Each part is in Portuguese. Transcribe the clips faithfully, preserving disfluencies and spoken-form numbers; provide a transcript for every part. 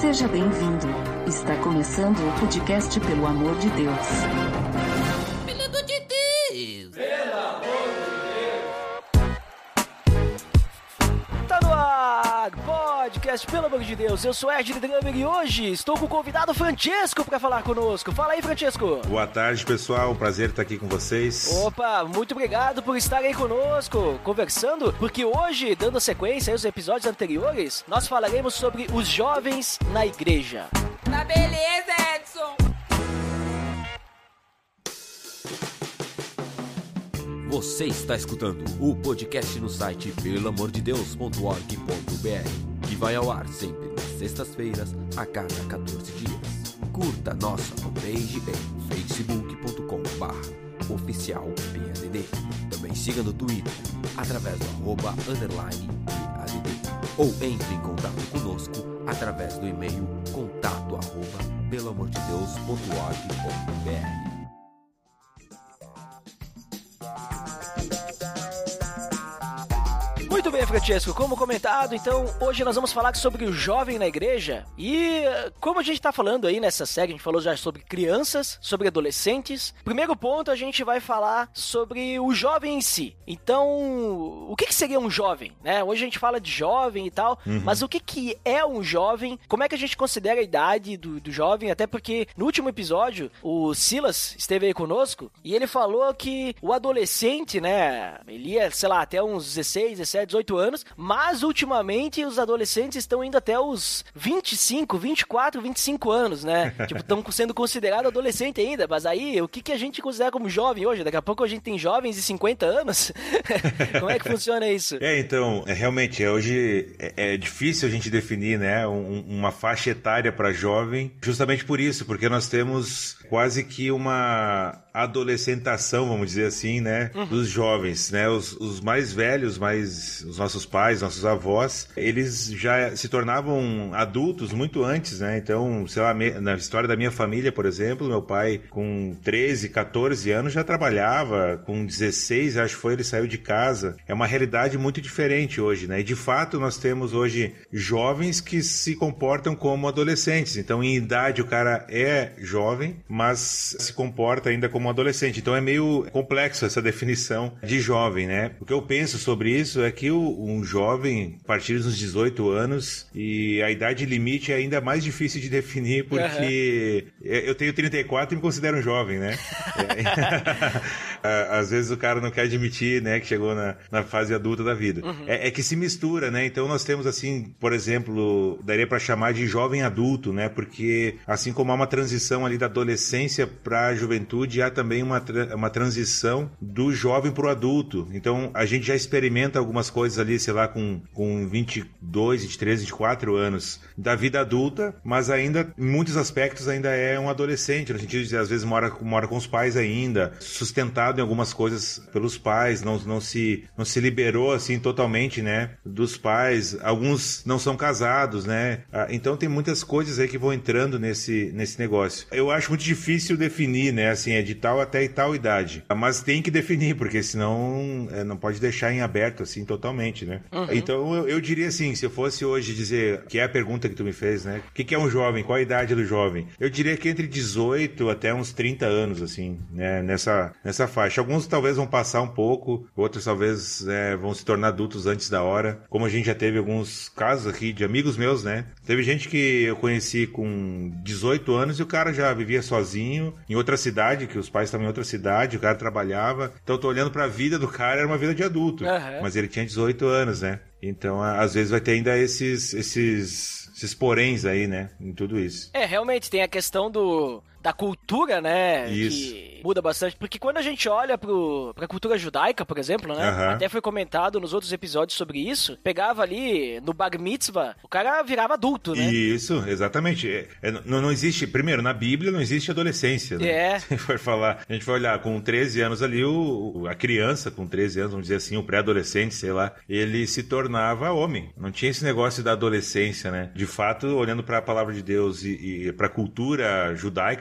Seja bem-vindo. Está começando o podcast Pelo Amor de Deus. Pelo amor de Deus! Pelo amor de Deus! Tá no ar! Podcast Pelo Amor de Deus. Eu sou Ed Drummer e hoje estou com o convidado Francesco para falar conosco. Fala aí, Francesco. Boa tarde, pessoal. Prazer estar aqui com vocês. Opa, muito obrigado por estar aí conosco, conversando, porque hoje, dando sequência aos episódios anteriores, nós falaremos sobre os jovens na igreja. Tá beleza, Edson! Você está escutando o podcast no site pelo amor de deus ponto org ponto br, que vai ao ar sempre nas sextas-feiras, a cada quatorze dias. Curta nossa fanpage em facebook ponto com barra oficial P A D D. Também siga no Twitter, através do arroba underline P A D D. Ou entre em contato conosco através do e-mail contato arroba pelo amor de deus ponto org ponto br. Muito bem, Francesco, como comentado, então hoje nós vamos falar sobre o jovem na igreja. E como a gente tá falando aí nessa série, a gente falou já sobre crianças, sobre adolescentes. Primeiro ponto, a gente vai falar sobre o jovem em si. Então, o que que seria um jovem, né? Hoje a gente fala de jovem e tal, uhum. Mas o que que é um jovem? Como é que a gente considera a idade do, do jovem? Até porque no último episódio, o Silas esteve aí conosco e ele falou que o adolescente, né, ele ia, sei lá, até uns dezesseis, dezessete, dezoito anos, mas ultimamente os adolescentes estão indo até os vinte e cinco, vinte e quatro, vinte e cinco anos, né? Tipo, estão sendo considerados adolescente ainda, mas aí, o que que a gente considera como jovem hoje? Daqui a pouco a gente tem jovens de cinquenta anos? Como é que funciona isso? É, então, é, realmente, hoje é, é difícil a gente definir, né, um, uma faixa etária para jovem, justamente por isso, porque nós temos quase que uma adolescentação, vamos dizer assim, né, uhum. dos jovens, né, os, os mais velhos, mais os nossos pais, nossos avós, eles já se tornavam adultos muito antes, né, então, sei lá, na história da minha família, por exemplo, meu pai com treze, quatorze anos já trabalhava, com dezesseis, acho que foi, ele saiu de casa, é uma realidade muito diferente hoje, né, e de fato nós temos hoje jovens que se comportam como adolescentes, então em idade o cara é jovem, mas se comporta ainda como um adolescente. Então é meio complexo essa definição de jovem, né? O que eu penso sobre isso é que o, um jovem, a partir dos dezoito anos, e a idade limite é ainda mais difícil de definir, porque uhum. eu tenho trinta e quatro e me considero um jovem, né? Às vezes o cara não quer admitir, né, que chegou na, na fase adulta da vida. Uhum. É, é que se mistura, né? Então nós temos, assim, por exemplo, daria para chamar de jovem adulto, né? Porque assim como há uma transição ali da adolescência para a juventude, há também uma, tra- uma transição do jovem para o adulto. Então a gente já experimenta algumas coisas ali, sei lá, com, com vinte e dois, vinte e três, vinte e quatro anos da vida adulta, mas ainda, em muitos aspectos, ainda é um adolescente, no sentido de, às vezes, mora, mora com os pais ainda, sustentado em algumas coisas pelos pais, não, não, se, não se liberou, assim, totalmente, né, dos pais. Alguns não são casados, né, então tem muitas coisas aí que vão entrando nesse, nesse negócio. Eu acho muito difícil definir, né, assim, é de tal até tal idade, mas tem que definir, porque senão é, não pode deixar em aberto, assim, totalmente, né. Uhum. Então eu, eu diria assim, se eu fosse hoje dizer, que é a pergunta que tu me fez, né, o que, que é um jovem, qual a idade do jovem? Eu diria que entre dezoito até uns trinta anos, assim, né, nessa, nessa faixa. Alguns talvez vão passar um pouco, outros talvez é, vão se tornar adultos antes da hora, como a gente já teve alguns casos aqui de amigos meus, né, teve gente que eu conheci com dezoito anos e o cara já vivia sozinho, em outra cidade, que os pais estavam em outra cidade, o cara trabalhava, então eu tô olhando pra vida do cara, era uma vida de adulto, uhum. Mas ele tinha dezoito anos, né, então às vezes vai ter ainda esses, esses, esses poréns aí, né, em tudo isso. É, realmente tem a questão do... da cultura, né, isso. Que muda bastante, porque quando a gente olha pro, pra cultura judaica, por exemplo, né, uhum. Até foi comentado nos outros episódios sobre isso, pegava ali no Bar Mitzvah, o cara virava adulto, né? Isso, exatamente. É, é, não, não existe, primeiro, na Bíblia não existe adolescência, né? É. Se for falar, a gente vai olhar, com treze anos ali, o, a criança com treze anos, vamos dizer assim, o pré-adolescente, sei lá, ele se tornava homem. Não tinha esse negócio da adolescência, né? De fato, olhando para a palavra de Deus e, e para a cultura judaica,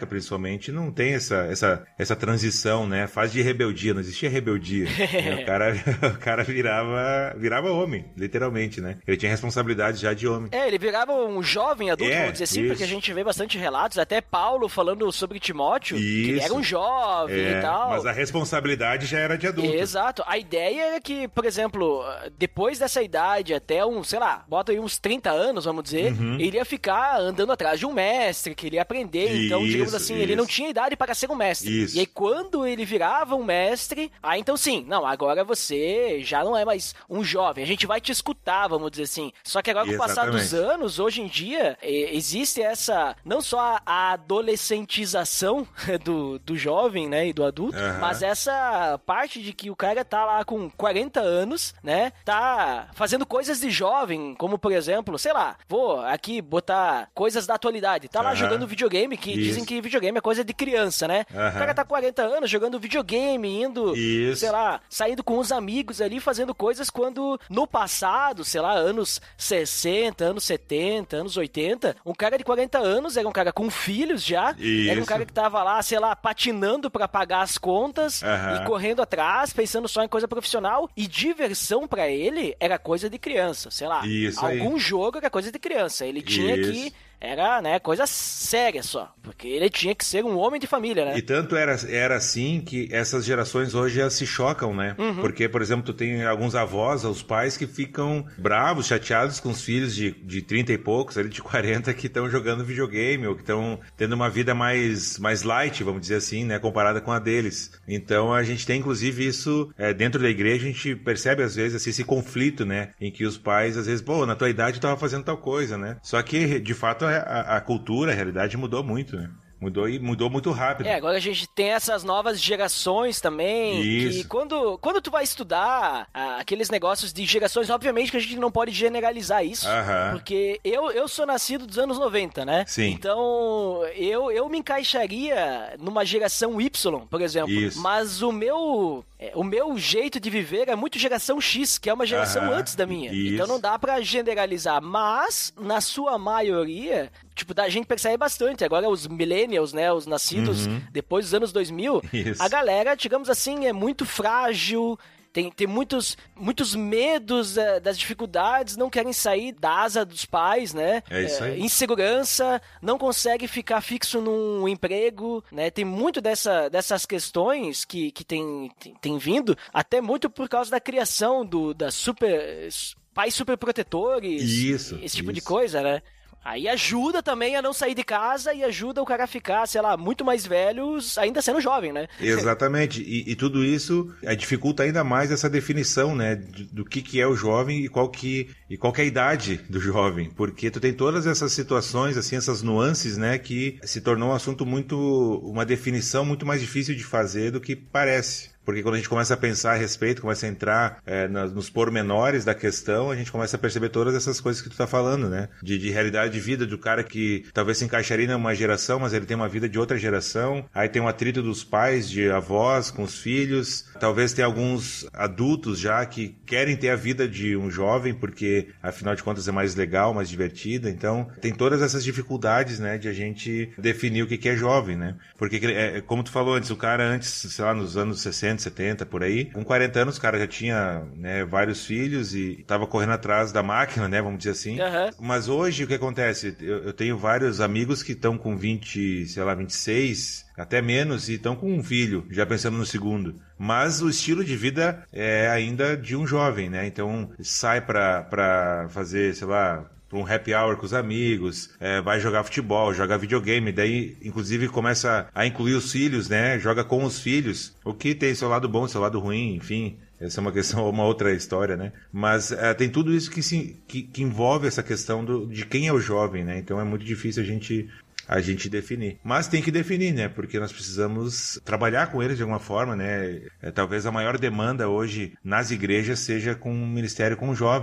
principalmente, não tem essa, essa, essa transição, né? Fase de rebeldia, não existia rebeldia. Né? O cara, o cara virava, virava homem, literalmente, né? Ele tinha responsabilidade já de homem. É, ele virava um jovem adulto, é, vamos dizer assim, isso. porque a gente vê bastante relatos, até Paulo falando sobre Timóteo, isso. que ele era um jovem é, e tal. Mas a responsabilidade já era de adulto. Exato. A ideia era que, por exemplo, depois dessa idade, até um, sei lá, bota aí uns trinta anos, vamos dizer, uhum. ele ia ficar andando atrás de um mestre, que ele ia aprender. Então, isso, digamos assim, isso. ele não tinha idade para ser um mestre. Isso. E aí, quando ele virava um mestre, aí então sim, não, agora você já não é mais um jovem, a gente vai te escutar, vamos dizer assim. Só que agora, com o passar dos anos, hoje em dia, existe essa, não só a adolescentização do, do jovem, né, e do adulto, uhum. mas essa parte de que o cara tá lá com quarenta anos, né, tá fazendo coisas de jovem, como por exemplo, sei lá, vou aqui botar coisas da atualidade, tá lá uhum. jogando videogame, que Isso. dizem que videogame é coisa de criança, né? Uhum. O cara tá com quarenta anos jogando videogame, indo, Isso. sei lá, saindo com os amigos ali, fazendo coisas quando no passado, sei lá, anos sessenta, anos setenta, anos oitenta, um cara de quarenta anos era um cara com filhos já, Isso. era um cara que tava lá, sei lá, patinando pra pagar as contas uhum. e correndo atrás, pensando só em coisa profissional, e diversão pra ele era coisa de criança, sei lá, Isso algum aí. jogo era coisa de criança, ele tinha Isso. que era, né, coisa séria só, porque ele tinha que ser um homem de família, né? E tanto era, era assim que essas gerações hoje elas se chocam, né? Uhum. Porque, por exemplo, tu tem alguns avós, os pais que ficam bravos, chateados com os filhos de, de trinta e poucos, ali de quarenta, que estão jogando videogame, ou que estão tendo uma vida mais, mais light, vamos dizer assim, né, comparada com a deles. Então, a gente tem, inclusive, isso é, dentro da igreja, a gente percebe, às vezes, assim, esse conflito, né? Em que os pais, às vezes, pô, na tua idade eu tava fazendo tal coisa, né? Só que, de fato, A, a cultura, a realidade mudou muito, né? Mudou e mudou muito rápido. É, agora a gente tem essas novas gerações também. Isso. Que quando, quando tu vai estudar ah, aqueles negócios de gerações, obviamente que a gente não pode generalizar isso. Aham. Porque eu, eu sou nascido dos anos noventa, né? Sim. Então, eu, eu me encaixaria numa geração Y, por exemplo. Isso. Mas o meu, o meu jeito de viver é muito geração X, que é uma geração Aham. antes da minha. Isso. Então não dá pra generalizar. Mas, na sua maioria, tipo, a gente percebe bastante. Agora os millennials, né, os nascidos uhum. depois dos anos dois mil, Isso. a galera, digamos assim, é muito frágil, tem, tem muitos, muitos medos é, das dificuldades, não querem sair da asa dos pais, né? É isso aí. É, insegurança, não consegue ficar fixo num emprego, né? Tem muito dessa, dessas questões que, que tem, tem, tem vindo, até muito por causa da criação do, da super... pais superprotetores, Isso, esse tipo isso. de coisa, né? Aí ajuda também a não sair de casa e ajuda o cara a ficar, sei lá, muito mais velhos, ainda sendo jovem, né? Exatamente. E, e tudo isso é, dificulta ainda mais essa definição, né? Do, do que, que é o jovem e qual que, e qual que é a idade do jovem. Porque tu tem todas essas situações, assim, essas nuances, né? Que se tornou um assunto muito... uma definição muito mais difícil de fazer do que parece. Porque quando a gente começa a pensar a respeito, começa a entrar é, nas, nos pormenores da questão, a gente começa a perceber todas essas coisas que tu tá falando, né? De, de realidade de vida do cara que talvez se encaixaria numa geração, mas ele tem uma vida de outra geração. Aí tem um atrito dos pais, de avós com os filhos. Talvez tenha alguns adultos já que querem ter a vida de um jovem, porque afinal de contas é mais legal, mais divertida. Então tem todas essas dificuldades, né? De a gente definir o que, que é jovem, né? Porque, é, como tu falou antes, o cara antes, sei lá, nos anos sessenta, setenta, por aí. Com quarenta anos, o cara já tinha, né, vários filhos e tava correndo atrás da máquina, né, vamos dizer assim. Uhum. Mas hoje, o que acontece? Eu, eu tenho vários amigos que estão com vinte, sei lá, vinte e seis, até menos, e estão com um filho, já pensando no segundo. Mas o estilo de vida é ainda de um jovem, né? Então, sai pra, pra fazer, sei lá... para um happy hour com os amigos, é, vai jogar futebol, joga videogame, daí inclusive começa a incluir os filhos, né? Joga com os filhos, o que tem seu lado bom, seu lado ruim, enfim. Essa é uma questão, uma outra história, né? Mas é, tem tudo isso que, se, que, que envolve essa questão do, de quem é o jovem, né? Então é muito difícil a gente... a gente definir. Mas tem que definir, né? Porque nós precisamos trabalhar com eles de alguma forma, né? É, talvez a maior demanda hoje nas igrejas seja com o ministério com jovens.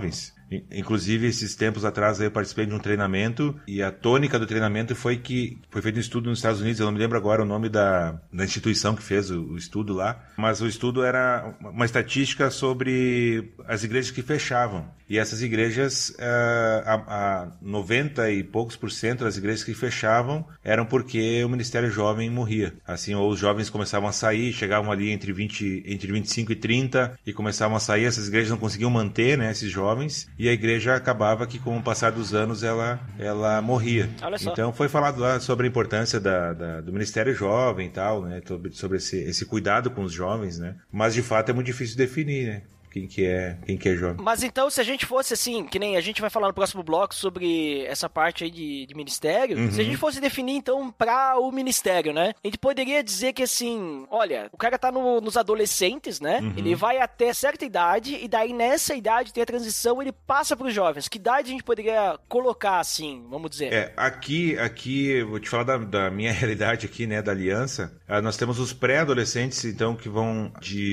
Inclusive, esses tempos atrás eu participei de um treinamento e a tônica do treinamento foi que foi feito um estudo nos Estados Unidos, eu não me lembro agora o nome da, da instituição que fez o, o estudo lá, mas o estudo era uma estatística sobre as igrejas que fechavam. E essas igrejas, uh, a, a noventa e poucos por cento das igrejas que fechavam eram porque o Ministério Jovem morria. Assim, ou os jovens começavam a sair, chegavam ali entre, vinte, entre vinte e cinco e trinta e começavam a sair, essas igrejas não conseguiam manter, né, esses jovens, e a igreja acabava que com o passar dos anos ela, ela morria. Olha só. Então foi falado lá sobre a importância da, da, do Ministério Jovem e tal, né, sobre, sobre esse, esse cuidado com os jovens, né, mas de fato é muito difícil definir, né. Quem que é, quem que é jovem. Mas então, se a gente fosse assim, que nem a gente vai falar no próximo bloco sobre essa parte aí de, de ministério, uhum. se a gente fosse definir então para o ministério, né? A gente poderia dizer que assim, olha, o cara tá no, nos adolescentes, né? Uhum. Ele vai até certa idade e daí nessa idade tem a transição, ele passa para os jovens. Que idade a gente poderia colocar assim, vamos dizer? É, aqui, aqui, vou te falar da, da minha realidade aqui, né, da aliança. Nós temos os pré-adolescentes, então, que vão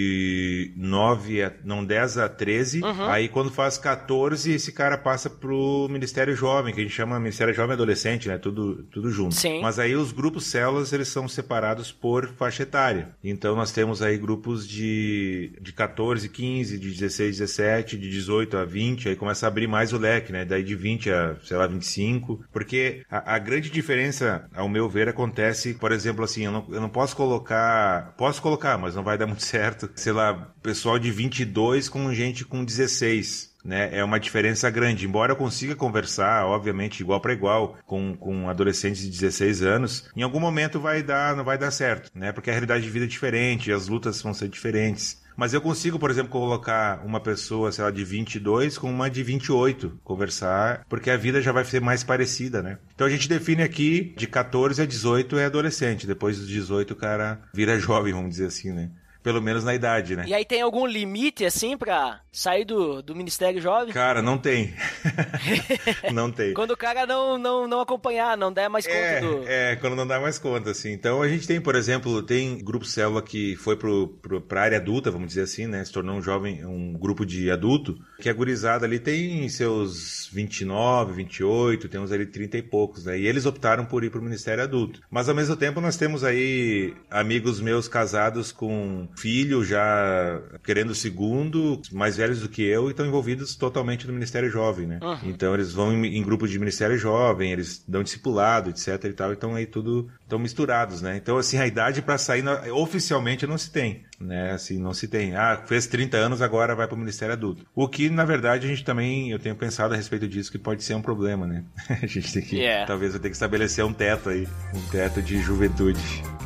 de nove a... não dez a treze, uhum. Aí quando faz catorze, esse cara passa pro Ministério Jovem, que a gente chama Ministério Jovem Adolescente, né? Tudo, tudo junto. Sim. Mas aí os grupos células, eles são separados por faixa etária. Então nós temos aí grupos de, de catorze, quinze, de dezesseis, dezessete, de dezoito a vinte, aí começa a abrir mais o leque, né? Daí de vinte a, sei lá, vinte e cinco. Porque a, a grande diferença, ao meu ver, acontece, por exemplo, assim, eu não, eu não posso colocar, posso colocar, mas não vai dar muito certo, sei lá, pessoal de vinte e dois com gente com dezesseis, né? É uma diferença grande. Embora eu consiga conversar, obviamente, igual para igual, com, com adolescentes de dezesseis anos, em algum momento vai dar, não vai dar certo, né? Porque a realidade de vida é diferente, as lutas vão ser diferentes. Mas eu consigo, por exemplo, colocar uma pessoa, sei lá, de vinte e dois com uma de vinte e oito, conversar, porque a vida já vai ser mais parecida, né? Então a gente define aqui, de catorze a dezoito é adolescente, depois dos dezoito o cara vira jovem, vamos dizer assim, né? Pelo menos na idade, né? E aí tem algum limite, assim, pra sair do, do Ministério Jovem? Cara, não tem. Não tem. Quando o cara não, não, não acompanhar, não der mais conta é, do... É, quando não dá mais conta, assim. Então a gente tem, por exemplo, tem grupo célula que foi pro, pro, pra área adulta, vamos dizer assim, né? Se tornou um jovem, um grupo de adulto, que a gurizada ali tem seus vinte e nove, vinte e oito, tem uns ali trinta e poucos, né? E eles optaram por ir pro Ministério Adulto. Mas ao mesmo tempo nós temos aí amigos meus casados com filho já querendo o segundo, mais velhos do que eu, e estão envolvidos totalmente no Ministério Jovem, né? Uhum. Então eles vão em, em grupos de Ministério Jovem, eles dão discipulado, etc e tal, então aí tudo estão misturados, né? Então assim, a idade para sair oficialmente não se tem, né? Assim, não se tem. Ah, fez trinta anos, agora vai para o Ministério Adulto. O que, na verdade, a gente também, eu tenho pensado a respeito disso, que pode ser um problema, né? A gente tem que, yeah. talvez vai ter que estabelecer um teto aí, um teto de juventude.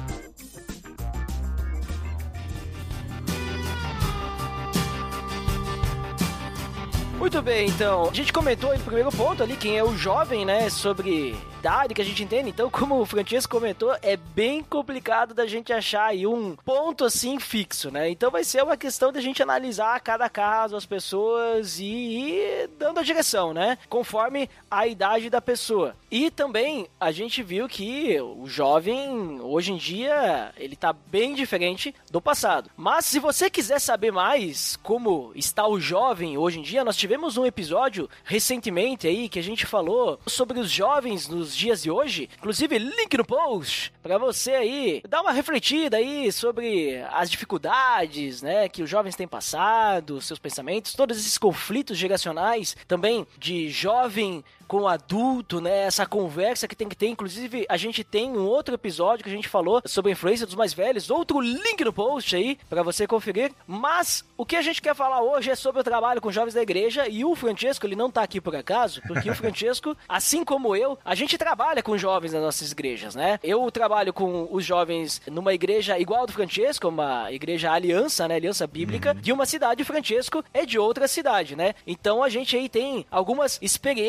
Muito bem, então, a gente comentou no primeiro ponto ali quem é o jovem, né, sobre idade que a gente entende. Então, como o Francesco comentou, é bem complicado da gente achar aí um ponto assim fixo, né? Então vai ser uma questão da gente analisar cada caso, as pessoas e ir dando a direção, né? Conforme a idade da pessoa. E também a gente viu que o jovem, hoje em dia, ele tá bem diferente do passado. Mas se você quiser saber mais como está o jovem hoje em dia, nós tivemos um episódio recentemente aí que a gente falou sobre os jovens nos dias de hoje, inclusive link no post para você aí dar uma refletida aí sobre as dificuldades, né, que os jovens têm passado, seus pensamentos, todos esses conflitos geracionais, também de jovem com adulto, né, essa conversa que tem que ter. Inclusive a gente tem um outro episódio que a gente falou sobre a influência dos mais velhos, outro link no post aí para você conferir. Mas o que a gente quer falar hoje é sobre o trabalho com jovens da igreja, e o Francesco, ele não tá aqui por acaso, porque o Francesco, assim como eu, a gente trabalha com jovens nas nossas igrejas, né? Eu trabalho com os jovens numa igreja igual ao do Francesco, uma igreja aliança, né, aliança bíblica, uhum. de uma cidade. O Francesco é de outra cidade, né? Então a gente aí tem algumas experiências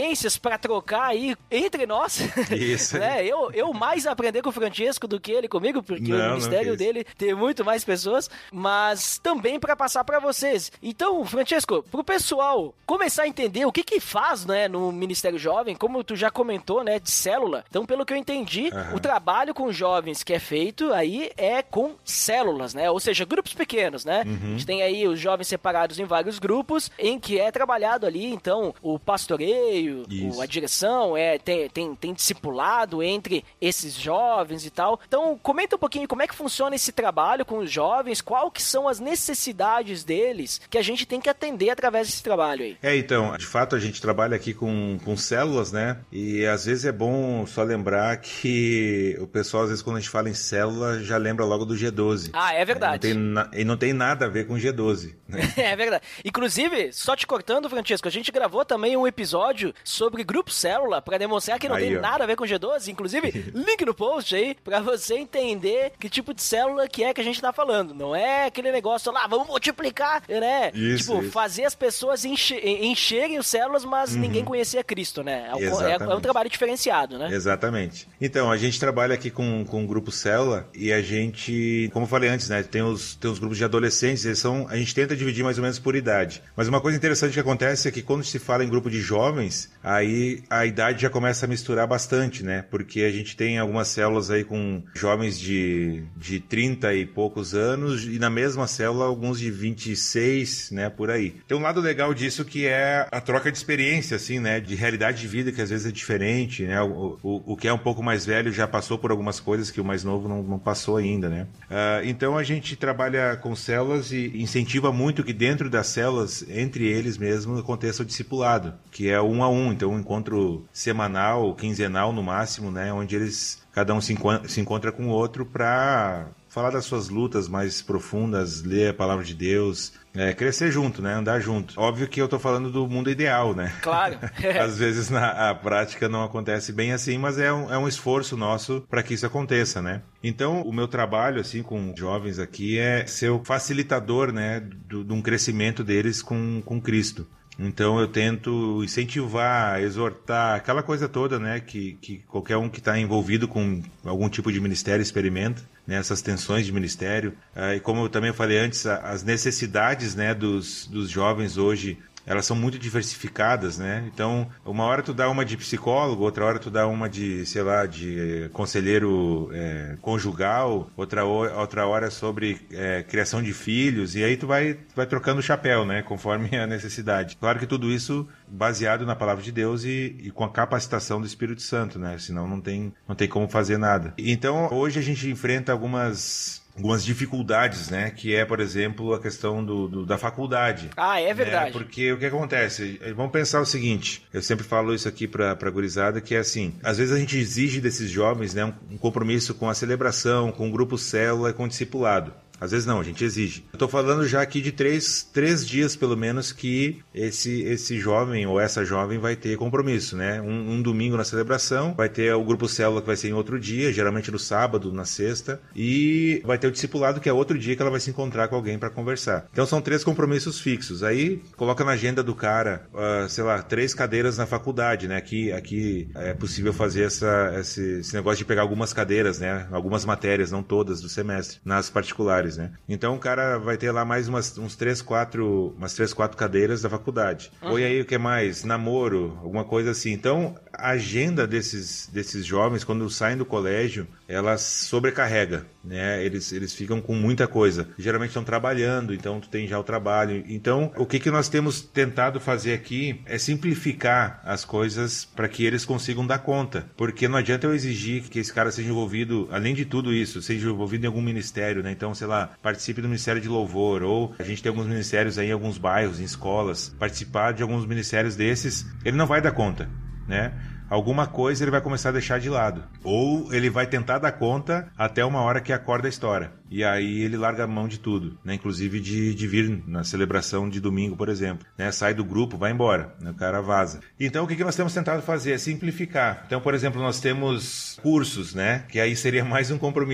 pra trocar aí entre nós. Isso. né? eu, eu mais aprender com o Francesco do que ele comigo, porque não, o ministério dele tem muito mais pessoas, mas também pra passar pra vocês. Então, Francesco, pro pessoal começar a entender o que que faz, né, no Ministério Jovem, como tu já comentou, né, de célula. Então, pelo que eu entendi, uhum. o trabalho com jovens que é feito aí é com células, né? Ou seja, grupos pequenos, né? Uhum. A gente tem aí os jovens separados em vários grupos, em que é trabalhado ali, então, o pastoreio, o, a direção, é, tem, tem, tem discipulado entre esses jovens e tal. Então, comenta um pouquinho como é que funciona esse trabalho com os jovens, qual que são as necessidades deles que a gente tem que atender através desse trabalho aí. É, então, de fato, a gente trabalha aqui com, com células, né? E às vezes é bom só lembrar que o pessoal, às vezes, quando a gente fala em célula, já lembra logo do G doze. Ah, é verdade. E não tem, na... e não tem nada a ver com G doze, né? É verdade. Inclusive, só te cortando, Francesco, a gente gravou também um episódio sobre grupo célula pra demonstrar que não aí, tem ó. nada a ver com G doze. Inclusive, link no post aí pra você entender que tipo de célula que é que a gente tá falando. Não é aquele negócio lá, vamos multiplicar, né? Isso, tipo, isso. fazer as pessoas enche... encherem as células, mas uhum. ninguém conhecia Cristo, né? É um, é, é um trabalho diferenciado, né? Exatamente. Então, a gente trabalha aqui com, com o grupo célula e a gente, como eu falei antes, né? Tem os, tem os grupos de adolescentes, eles são, a gente tenta dividir mais ou menos por idade. Mas uma coisa interessante que acontece é que quando se fala em grupo de jovens, aí a idade já começa a misturar bastante, né? Porque a gente tem algumas células aí com jovens de, de trinta e poucos anos e na mesma célula alguns de vinte e seis, né? Por aí. Tem um lado legal disso que é a troca de experiência, assim, né? De realidade de vida que às vezes é diferente, né? O, o, o que é um pouco mais velho já passou por algumas coisas que o mais novo não, não passou ainda, né? Uh, então a gente trabalha com células e incentiva muito que dentro das células, entre eles mesmos, aconteça o discipulado, que é um a um, então um encontro semanal, quinzenal no máximo, né? Onde eles, cada um se, enco- se encontra com o outro para falar das suas lutas mais profundas, ler a palavra de Deus, é, crescer junto, né? Andar junto. Óbvio que eu tô falando do mundo ideal, né? Claro. Às vezes na a prática não acontece bem assim, mas é um, é um esforço nosso para que isso aconteça, né? Então, o meu trabalho, assim, com jovens aqui é ser o facilitador, né? Do, de um crescimento deles com, com Cristo. Então eu tento incentivar, exortar, aquela coisa toda, né, que, que qualquer um que está envolvido com algum tipo de ministério experimenta, né, essas tensões de ministério. Ah, e como eu também falei antes, as necessidades, né, dos, dos jovens hoje, elas são muito diversificadas, né? Então, uma hora tu dá uma de psicólogo, outra hora tu dá uma de, sei lá, de conselheiro é, conjugal, outra, outra hora sobre é, criação de filhos, e aí tu vai, vai trocando o chapéu, né? Conforme a necessidade. Claro que tudo isso baseado na palavra de Deus e, e com a capacitação do Espírito Santo, né? Senão não tem, não tem como fazer nada. Então, hoje a gente enfrenta algumas... algumas dificuldades, né? Que é, por exemplo, a questão do, do, da faculdade. Ah, é verdade. Né? Porque o que acontece? Vamos pensar o seguinte, eu sempre falo isso aqui para a gurizada, que é assim, às vezes a gente exige desses jovens, né, um, um compromisso com a celebração, com o grupo célula e com o discipulado. Às vezes não, a gente exige. Eu tô falando já aqui de três, três dias, pelo menos, que esse, esse jovem ou essa jovem vai ter compromisso, né? Um, um domingo na celebração, vai ter o grupo célula que vai ser em outro dia, geralmente no sábado, na sexta, e vai ter o discipulado, que é outro dia que ela vai se encontrar com alguém para conversar. Então são três compromissos fixos. Aí coloca na agenda do cara, uh, sei lá, três cadeiras na faculdade, né? Aqui, aqui é possível fazer essa, esse, esse negócio de pegar algumas cadeiras, né? Algumas matérias, não todas do semestre, nas particulares. Né? Então o cara vai ter lá mais umas, uns três, quatro, umas três, quatro cadeiras da faculdade. Uhum. Ou e aí o que mais? Namoro, alguma coisa assim. Então a agenda desses, desses jovens, quando saem do colégio, ela sobrecarrega, né? Eles, eles ficam com muita coisa. Geralmente estão trabalhando, então tu tem já o trabalho. Então o que, que nós temos tentado fazer aqui é simplificar as coisas para que eles consigam dar conta. Porque não adianta eu exigir que esse cara seja envolvido, além de tudo isso, seja envolvido em algum ministério, né? Então, sei lá, participe do Ministério de Louvor, ou a gente tem alguns ministérios aí em alguns bairros, em escolas, participar de alguns ministérios desses, ele não vai dar conta, né? Alguma coisa ele vai começar a deixar de lado. Ou ele vai tentar dar conta até uma hora que a corda estoura. E aí ele larga a mão de tudo, né? Inclusive de, de vir na celebração de domingo, por exemplo. Né? Sai do grupo, vai embora, né? O cara vaza. Então o que, que nós temos tentado fazer? É simplificar. Então, por exemplo, nós temos cursos, né? Que aí seria mais um compromisso.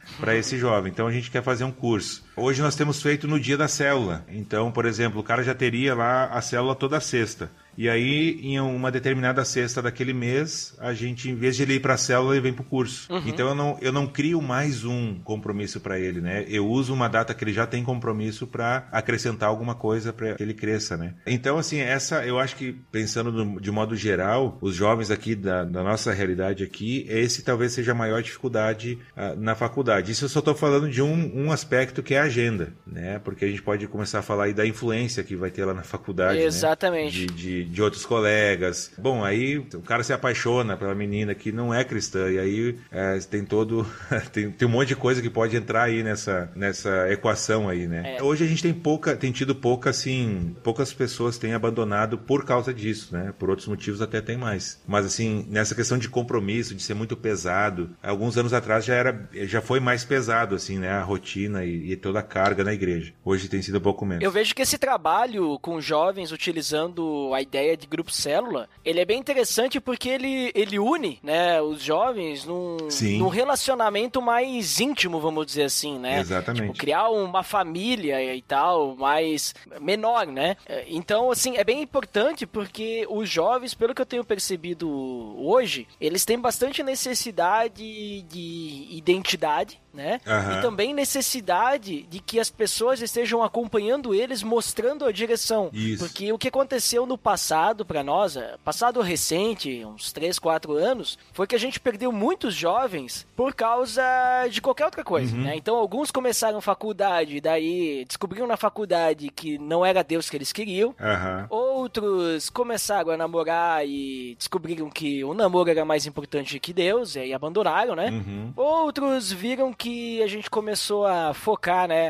para esse jovem. Então a gente quer fazer um curso. Hoje nós temos feito no dia da célula. Então, por exemplo, o cara já teria lá a célula toda sexta. E aí, em uma determinada sexta daquele mês, a gente, em vez de ele ir para a célula, ele vem para o curso. Uhum. Então, eu não, eu não crio mais um compromisso para ele, né? Eu uso uma data que ele já tem compromisso para acrescentar alguma coisa para que ele cresça, né? Então, assim, essa, eu acho que, pensando no, de modo geral, os jovens aqui da, da nossa realidade aqui, esse talvez seja a maior dificuldade uh, na faculdade. Isso eu só estou falando de um, um aspecto que é a agenda, né? Porque a gente pode começar a falar aí da influência que vai ter lá na faculdade, exatamente. Né? De, de, de outros colegas. Bom, aí o cara se apaixona pela menina que não é cristã, e aí é, tem todo... tem, tem um monte de coisa que pode entrar aí nessa, nessa equação aí, né? É. Hoje a gente tem pouca, tem tido pouca, assim, poucas pessoas têm abandonado por causa disso, né? Por outros motivos até tem mais. Mas, assim, nessa questão de compromisso, de ser muito pesado, alguns anos atrás já era, já foi mais pesado, assim, né? A rotina e, e toda a carga na igreja. Hoje tem sido um pouco menos. Eu vejo que esse trabalho com jovens utilizando a ideia de grupo célula, ele é bem interessante porque ele, ele une, né, os jovens num, num relacionamento mais íntimo, vamos dizer assim, né? Exatamente. Tipo, criar uma família e tal, mais menor, né? Então, assim, é bem importante porque os jovens, pelo que eu tenho percebido hoje, eles têm bastante necessidade de identidade, né? Uhum. E também necessidade de que as pessoas estejam acompanhando eles, mostrando a direção. Isso. Porque o que aconteceu no passado para nós, passado recente, uns três, quatro anos, foi que a gente perdeu muitos jovens por causa de qualquer outra coisa, uhum. né? Então alguns começaram faculdade, daí descobriram na faculdade que não era Deus que eles queriam. Uhum. Outros começaram a namorar e descobriram que o namoro era mais importante que Deus, e aí abandonaram, né? Uhum. Outros viram que que a gente começou a focar, né,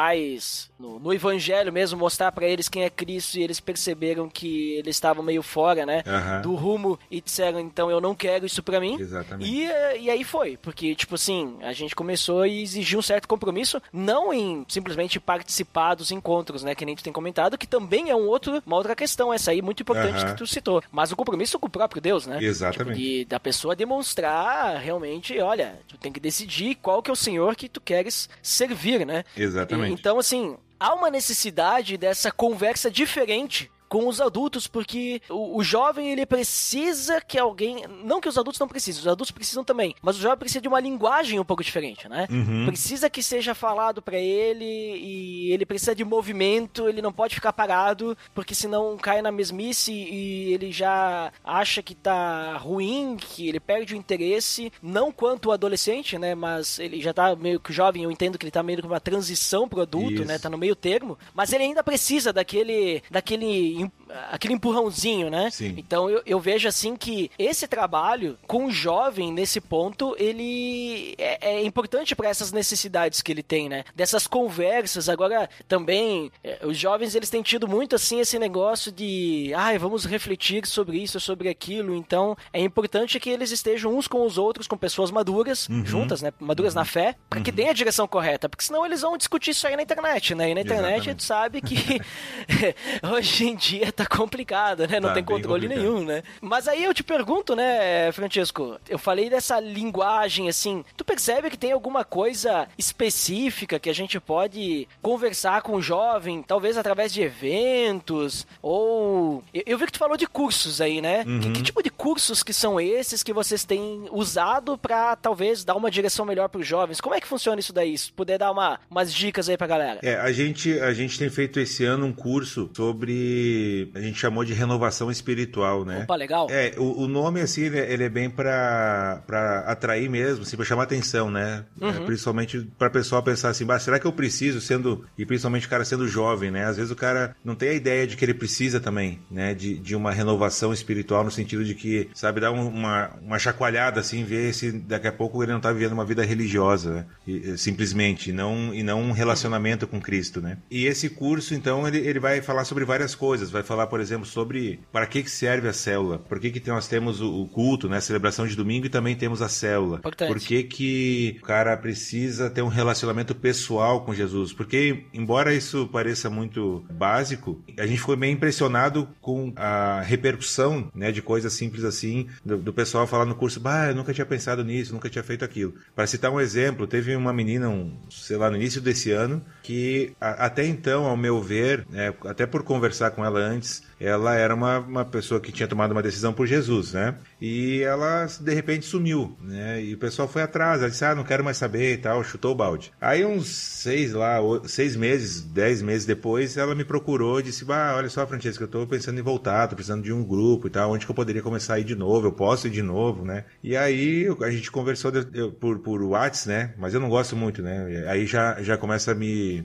mais no, no evangelho mesmo, mostrar pra eles quem é Cristo, e eles perceberam que eles estavam meio fora, né, uhum. do rumo, e disseram, então eu não quero isso pra mim. Exatamente. E, e aí foi, porque, tipo assim, a gente começou a exigir um certo compromisso, não em simplesmente participar dos encontros, né, que nem tu tem comentado, que também é um outro, uma outra questão, essa aí muito importante uhum. que tu citou, mas o compromisso com o próprio Deus, né? Exatamente. Tipo, de, da pessoa demonstrar realmente, olha, tu tem que decidir qual que é o Senhor que tu queres servir, né? Exatamente. E, então, assim, há uma necessidade dessa conversa diferente com os adultos, porque o, o jovem, ele precisa que alguém... Não que os adultos não precisem, os adultos precisam também, mas o jovem precisa de uma linguagem um pouco diferente, né? Uhum. Precisa que seja falado pra ele, e ele precisa de movimento, ele não pode ficar parado, porque senão cai na mesmice e ele já acha que tá ruim, que ele perde o interesse, não quanto o adolescente, né? Mas ele já tá meio que jovem, eu entendo que ele tá meio que uma transição pro adulto, Isso. né? Tá no meio termo, mas ele ainda precisa daquele... daquele aquele empurrãozinho, né? Sim. Então eu, eu vejo assim que esse trabalho com o jovem nesse ponto, ele é, é importante para essas necessidades que ele tem, né? Dessas conversas. Agora também é, os jovens, eles têm tido muito assim esse negócio de ai, vamos refletir sobre isso, sobre aquilo. Então é importante que eles estejam uns com os outros, com pessoas maduras, uhum. juntas, né? Maduras uhum. na fé, para que uhum. deem a direção correta, porque senão eles vão discutir isso aí na internet, né? E na internet a gente sabe que hoje em dia dia tá complicado, né? Não tá tem controle complicado. nenhum, né? Mas aí eu te pergunto, né, Francisco, eu falei dessa linguagem, assim, tu percebe que tem alguma coisa específica que a gente pode conversar com o jovem, talvez através de eventos, ou... Eu, eu vi que tu falou de cursos aí, né? Uhum. Que, que tipo de cursos que são esses que vocês têm usado pra, talvez, dar uma direção melhor pros jovens? Como é que funciona isso daí? Se puder dar uma, umas dicas aí pra galera. É, a gente, a gente tem feito esse ano um curso sobre... A gente chamou de renovação espiritual, né? Opa, legal. É, o, o nome, assim, ele, ele é bem pra, pra atrair mesmo, assim, pra chamar atenção, né? Uhum. É, principalmente pra pessoa pensar assim, bah, será que eu preciso, sendo... E principalmente o cara sendo jovem, né? Às vezes o cara não tem a ideia de que ele precisa também, né? De, de uma renovação espiritual no sentido de que, sabe, dar um, uma, uma chacoalhada, assim, ver se daqui a pouco ele não tá vivendo uma vida religiosa, né? E, simplesmente, e não, e não um relacionamento com Cristo, né? E esse curso, então, ele, ele vai falar sobre várias coisas. outras, vai falar, por exemplo, sobre para que, que serve a célula, por que, que nós temos o culto, né, a celebração de domingo e também temos a célula. Importante. Por que, que o cara precisa ter um relacionamento pessoal com Jesus? Porque, embora isso pareça muito básico, a gente ficou meio impressionado com a repercussão, né, de coisas simples assim, do, do pessoal falar no curso, bah, eu nunca tinha pensado nisso, nunca tinha feito aquilo. Para citar um exemplo, teve uma menina, um, sei lá, no início desse ano, que a, até então, ao meu ver, né, até por conversar com ela antes, ela era uma, uma pessoa que tinha tomado uma decisão por Jesus, né? E ela, de repente, sumiu, né? E o pessoal foi atrás, ela disse, ah, não quero mais saber e tal, chutou o balde. Aí uns seis lá, seis meses, dez meses depois, ela me procurou e disse, ah, olha só, Francesca, eu tô pensando em voltar, tô precisando de um grupo e tal, onde que eu poderia começar a ir de novo, eu posso ir de novo, né? E aí a gente conversou de, eu, por, por WhatsApp, né? Mas eu não gosto muito, né? Aí já, já começa a me...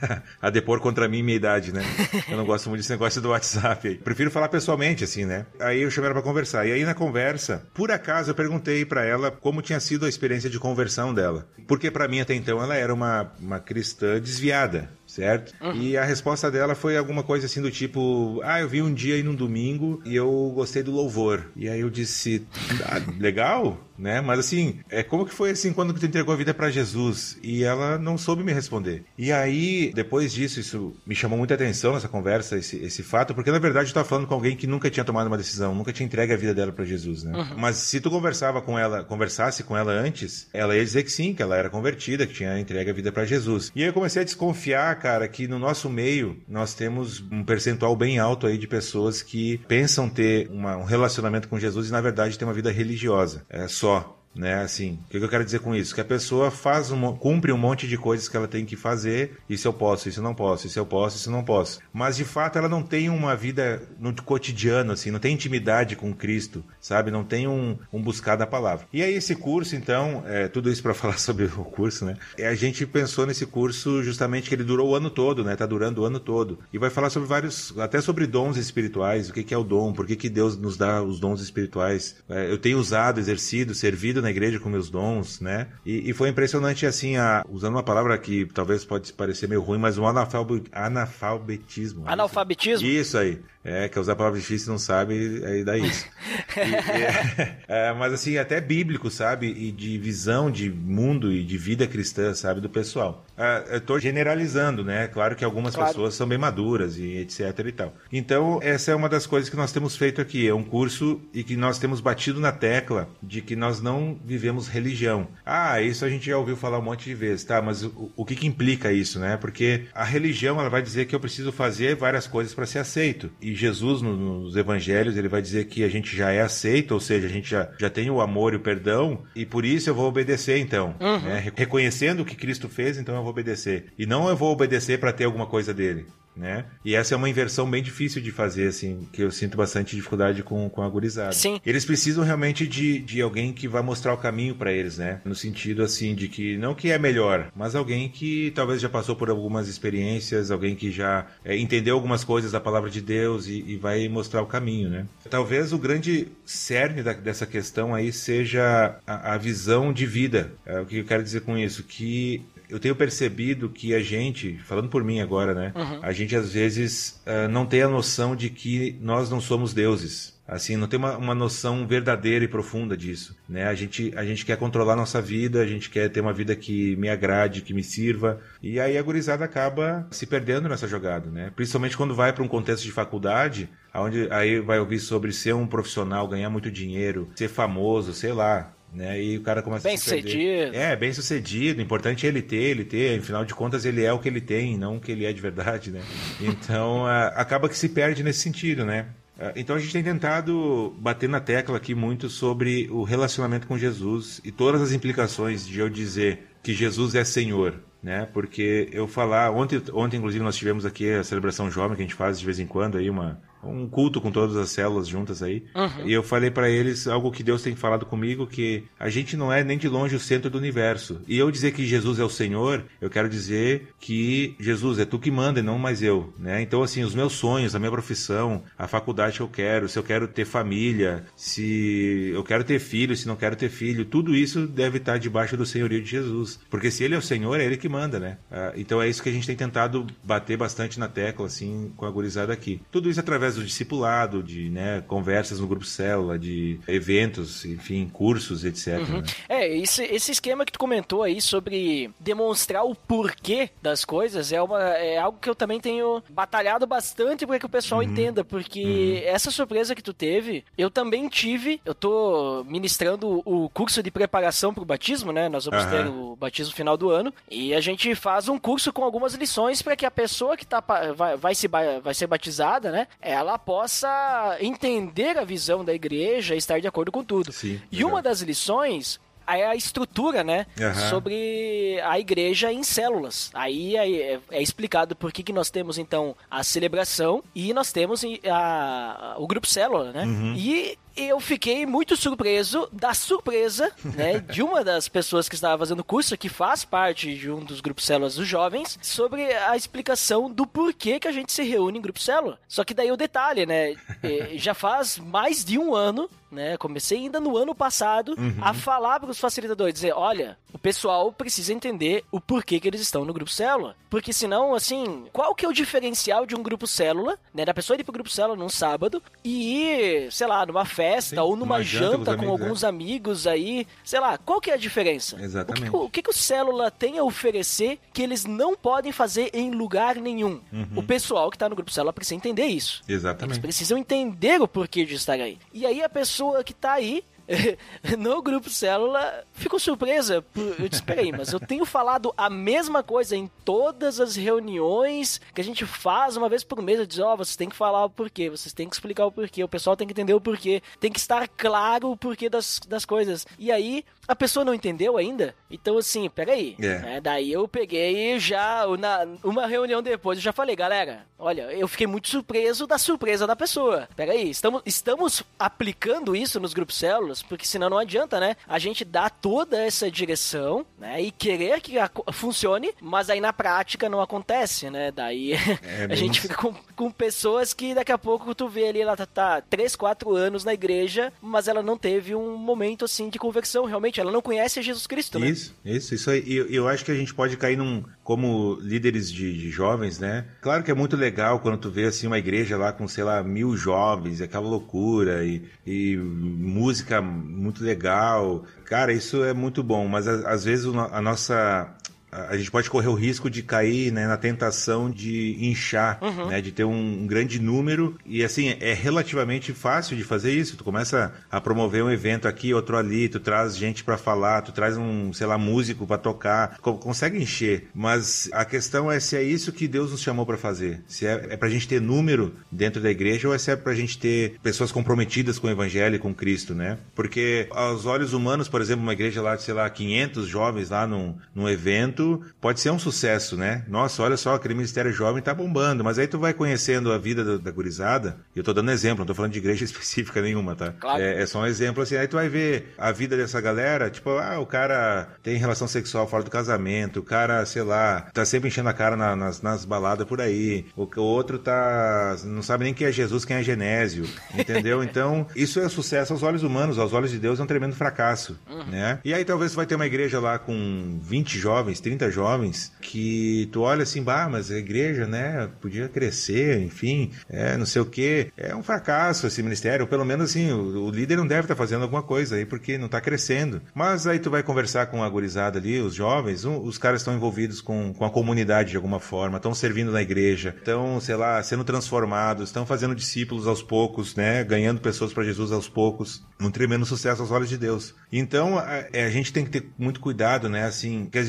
a depor contra mim minha idade, né? Eu não gosto muito desse negócio do WhatsApp aí. Prefiro falar pessoalmente, assim, né? Aí eu chamei ela pra conversar. E aí na conversa, por acaso, eu perguntei pra ela como tinha sido a experiência de conversão dela. Porque pra mim, até então, ela era uma, uma cristã desviada, certo? Uhum. E a resposta dela foi alguma coisa assim do tipo, ah, eu vi um dia aí num domingo e eu gostei do louvor. E aí eu disse, ah, legal, né? Mas assim, é como que foi assim quando tu entregou a vida pra Jesus? E ela não soube me responder. E aí, depois disso, isso me chamou muita atenção nessa conversa, esse, esse fato, porque na verdade eu tava falando com alguém que nunca tinha tomado uma decisão, nunca tinha entregue a vida dela pra Jesus, né? Uhum. Mas se tu conversava com ela, conversasse com ela antes, ela ia dizer que sim, que ela era convertida, que tinha entregue a vida pra Jesus. E aí eu comecei a desconfiar, cara, que no nosso meio nós temos um percentual bem alto aí de pessoas que pensam ter uma, um relacionamento com Jesus e na verdade tem uma vida religiosa, é só. Né, assim, o que eu quero dizer com isso? Que a pessoa faz um, cumpre um monte de coisas que ela tem que fazer, isso eu posso, isso eu não posso, isso eu posso, isso eu não posso. Mas de fato ela não tem uma vida no cotidiano, assim, não tem intimidade com Cristo, sabe? Não tem um, um buscar da palavra. E aí esse curso, então, é, tudo isso para falar sobre o curso, né? A gente pensou nesse curso justamente que ele durou o ano todo, né? Tá durando o ano todo. E vai falar sobre vários, até sobre dons espirituais, o que, que é o dom, por que, que Deus nos dá os dons espirituais. É, eu tenho usado, exercido, servido na igreja com meus dons, né? E, e foi impressionante, assim, a, usando uma palavra que talvez pode parecer meio ruim, mas o analfabet, analfabetismo. Analfabetismo? Isso aí. É, quer usar palavras difíceis e não sabe, aí dá isso. E, é, é, mas assim, até bíblico, sabe? E de visão de mundo e de vida cristã, sabe? Do pessoal. É, eu tô generalizando, né? Claro que algumas claro. pessoas são bem maduras e etc e tal. Então, essa é uma das coisas que nós temos feito aqui. É um curso e que nós temos batido na tecla de que nós não vivemos religião. Ah, isso a gente já ouviu falar um monte de vezes, tá? Mas o, o que que implica isso, né? Porque a religião, ela vai dizer que eu preciso fazer várias coisas para ser aceito. E Jesus, no, nos evangelhos, ele vai dizer que a gente já é aceito, ou seja, a gente já, já tem o amor e o perdão, e por isso eu vou obedecer, então. Uhum. Né? Reconhecendo o que Cristo fez, então eu vou obedecer. E não eu vou obedecer para ter alguma coisa dele. Né? E essa é uma inversão bem difícil de fazer, assim, que eu sinto bastante dificuldade com, com a gurizada. Sim. Eles precisam realmente de, de alguém que vai mostrar o caminho para eles, né? No sentido, assim, de que não que é melhor, mas alguém que talvez já passou por algumas experiências, alguém que já é, entendeu algumas coisas da palavra de Deus e, e vai mostrar o caminho, né? Talvez o grande cerne da, dessa questão aí seja a, a visão de vida. É, o que eu quero dizer com isso? Que eu tenho percebido que a gente, falando por mim agora, né? Uhum. A gente às vezes uh, não tem a noção de que nós não somos deuses. Assim, não tem uma, uma noção verdadeira e profunda disso, né? A gente, a gente quer controlar a nossa vida, a gente quer ter uma vida que me agrade, que me sirva, e aí a gurizada acaba se perdendo nessa jogada, né? Principalmente quando vai para um contexto de faculdade, onde aí vai ouvir sobre ser um profissional, ganhar muito dinheiro, ser famoso, sei lá, né? E o cara começa bem a se perder. sucedido. É, bem sucedido. O importante é ele ter, ele ter. Afinal de contas, ele é o que ele tem, não o que ele é de verdade, né? Então, a, acaba que se perde nesse sentido, né? Então a gente tem tentado bater na tecla aqui muito sobre o relacionamento com Jesus e todas as implicações de eu dizer que Jesus é Senhor, né? Porque eu falar, ontem, ontem inclusive nós tivemos aqui a celebração jovem que a gente faz de vez em quando aí, uma, um culto com todas as células juntas aí. Uhum. E eu falei pra eles algo que Deus tem falado comigo, que a gente não é nem de longe o centro do universo. E eu dizer que Jesus é o Senhor, eu quero dizer que Jesus, é tu que manda e não mais eu, né? Então, assim, os meus sonhos, a minha profissão, a faculdade que eu quero, se eu quero ter família, se eu quero ter filho, se não quero ter filho, tudo isso deve estar debaixo do senhorio de Jesus. Porque se ele é o Senhor, é ele que manda, né? Ah, então é isso que a gente tem tentado bater bastante na tecla, assim, com a gurizada aqui. Tudo isso através do discipulado, de, né, conversas no grupo célula, de eventos, enfim, cursos, etcétera. Uhum. Né? É, esse, esse esquema que tu comentou aí sobre demonstrar o porquê das coisas é, uma, é algo que eu também tenho batalhado bastante para que o pessoal uhum. entenda, porque uhum. essa surpresa que tu teve, eu também tive. Eu tô ministrando o curso de preparação pro batismo, né? Nós vamos uhum. ter o batismo final do ano, e a gente faz um curso com algumas lições para que a pessoa que tá, vai, vai, se, vai ser batizada, né? Ela possa entender a visão da igreja e estar de acordo com tudo. Sim, e uma das lições é a estrutura, né, uhum. sobre a igreja em células. Aí é, é explicado por que, que nós temos, então, a celebração e nós temos a, a, o grupo célula, né? Uhum. E eu fiquei muito surpreso da surpresa, né, de uma das pessoas que estava fazendo o curso, que faz parte de um dos grupos células dos jovens, sobre a explicação do porquê que a gente se reúne em grupo célula. Só que daí o detalhe, né, já faz mais de um ano, né, comecei ainda no ano passado uhum. a falar para os facilitadores, dizer, olha, o pessoal precisa entender o porquê que eles estão no grupo célula, porque senão, assim, qual que é o diferencial de um grupo célula, né, da pessoa ir pro grupo célula num sábado e ir, sei lá, numa festa Sim, ou numa janta, janta com, com amigos, alguns é. amigos aí, sei lá, qual que é a diferença? Exatamente. O que, o que, que o célula tem a oferecer que eles não podem fazer em lugar nenhum? Uhum. O pessoal que tá no grupo célula precisa entender isso. Exatamente. Eles precisam entender o porquê de estar aí. E aí a pessoa que tá aí no grupo célula ficou surpresa. Eu disse, peraí, mas eu tenho falado a mesma coisa em todas as reuniões que a gente faz uma vez por mês. Eu disse, ó, oh, vocês têm que falar o porquê, vocês têm que explicar o porquê, o pessoal tem que entender o porquê, tem que estar claro o porquê das, das coisas. E aí a pessoa não entendeu ainda, então assim, peraí. Yeah. É, daí eu peguei já, na, uma reunião depois, eu já falei, galera, olha, eu fiquei muito surpreso da surpresa da pessoa. Peraí, estamos, estamos aplicando isso nos grupos células, porque senão não adianta, né? A gente dá toda essa direção, né? E querer que a, funcione, mas aí na prática não acontece, né? Daí é a gente fica com, com pessoas que daqui a pouco tu vê ali, ela tá, tá três, quatro anos na igreja, mas ela não teve um momento assim de conversão, realmente, ela não conhece Jesus Cristo, né? Isso, isso, isso aí. E eu, eu acho que a gente pode cair num, como líderes de, de jovens, né? Claro que é muito legal quando tu vê assim uma igreja lá com, sei lá, mil jovens, aquela loucura e, e música muito legal. Cara, isso é muito bom, mas a, às vezes a nossa... a gente pode correr o risco de cair, né, na tentação de inchar, uhum. né, de ter um, um grande número, e assim, é relativamente fácil de fazer isso. Tu começa a promover um evento aqui, outro ali, tu traz gente pra falar, tu traz um, sei lá, músico pra tocar, tu consegue encher, mas a questão é se é isso que Deus nos chamou pra fazer, se é, é pra gente ter número dentro da igreja ou se é pra gente ter pessoas comprometidas com o evangelho e com Cristo, né, porque aos olhos humanos, por exemplo, uma igreja lá de, sei lá, quinhentos jovens lá num, num evento, pode ser um sucesso, né? Nossa, olha só, aquele ministério jovem tá bombando, mas aí tu vai conhecendo a vida da, da gurizada, e eu tô dando exemplo, não tô falando de igreja específica nenhuma, tá? Claro. É, é só um exemplo, assim, aí tu vai ver a vida dessa galera, tipo, ah, o cara tem relação sexual fora do casamento, o cara, sei lá, tá sempre enchendo a cara na, nas, nas baladas por aí, o, o outro tá, não sabe nem quem é Jesus, quem é Genésio, entendeu? Então, isso é sucesso aos olhos humanos, aos olhos de Deus é um tremendo fracasso, uhum. né? E aí talvez tu vai ter uma igreja lá com vinte jovens, trinta jovens, que tu olha assim, bah, mas a igreja, né, podia crescer, enfim, é, não sei o quê. É um fracasso esse ministério, ou pelo menos assim, o, o líder não deve estar tá fazendo alguma coisa aí, porque não está crescendo. Mas aí tu vai conversar com a gurizada ali, os jovens, um, os caras estão envolvidos com, com a comunidade de alguma forma, estão servindo na igreja, estão, sei lá, sendo transformados, estão fazendo discípulos aos poucos, né, ganhando pessoas para Jesus aos poucos, um tremendo sucesso aos olhos de Deus. Então, a, a gente tem que ter muito cuidado, né, assim, que às vezes a,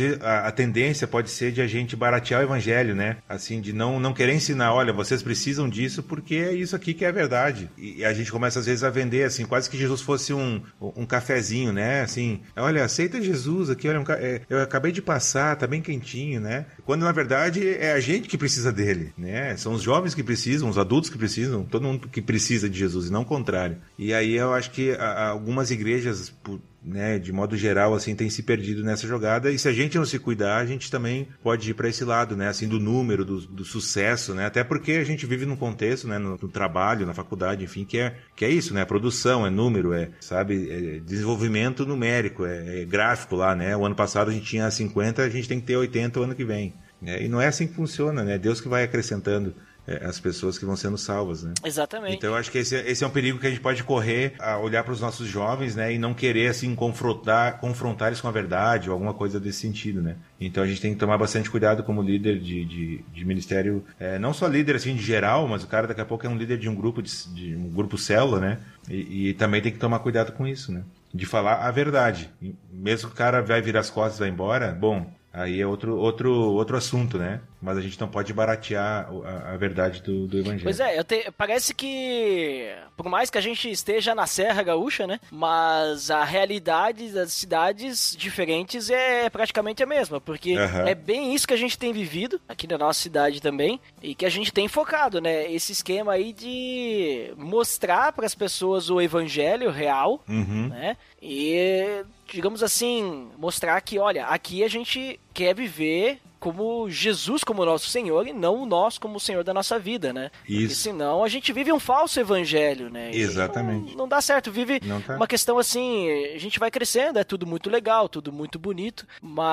a tendência pode ser de a gente baratear o evangelho, né? Assim, de não, não querer ensinar, olha, vocês precisam disso porque é isso aqui que é a verdade. E a gente começa às vezes a vender, assim, quase que Jesus fosse um, um cafezinho, né? Assim, olha, aceita Jesus aqui, olha, um ca... é, eu acabei de passar, tá bem quentinho, né? Quando na verdade é a gente que precisa dele, né? São os jovens que precisam, os adultos que precisam, todo mundo que precisa de Jesus e não o contrário. E aí eu acho que a, algumas igrejas, por, né, de modo geral, assim, tem se perdido nessa jogada, e se a gente não se cuidar, a gente também pode ir para esse lado, né, assim, do número, do, do sucesso, né, até porque a gente vive num contexto, né, no, no trabalho, na faculdade, enfim, que é, que é isso, né, produção, é número, é, sabe, é desenvolvimento numérico, é, é gráfico lá, né, o ano passado a gente tinha cinquenta, a gente tem que ter oitenta o ano que vem, né, e não é assim que funciona, né, Deus que vai acrescentando as pessoas que vão sendo salvas, né? Exatamente. Então eu acho que esse, esse é um perigo que a gente pode correr, a olhar para os nossos jovens, né, e não querer assim confrontar, confrontar eles com a verdade ou alguma coisa desse sentido, né? Então a gente tem que tomar bastante cuidado como líder de, de, de ministério, é, não só líder assim de geral, mas o cara daqui a pouco é um líder de um grupo de, de um grupo célula, né? E, e também tem que tomar cuidado com isso, né? De falar a verdade. Mesmo que o cara vai virar as costas e vai embora, bom, aí é outro, outro, outro assunto, né? Mas a gente não pode baratear a, a verdade do, do evangelho. Pois é, eu te, parece que, por mais que a gente esteja na Serra Gaúcha, né? Mas a realidade das cidades diferentes é praticamente a mesma, porque uhum. é bem isso que a gente tem vivido aqui na nossa cidade também, e que a gente tem focado, né? Esse esquema aí de mostrar para as pessoas o evangelho real, uhum. né? E, digamos assim, mostrar que, olha, aqui a gente quer viver como Jesus como nosso Senhor e não nós como o Senhor da nossa vida, né? Isso. Porque senão a gente vive um falso evangelho, né? Exatamente. Não, não dá certo, vive tá. uma questão assim, a gente vai crescendo, é tudo muito legal, tudo muito bonito,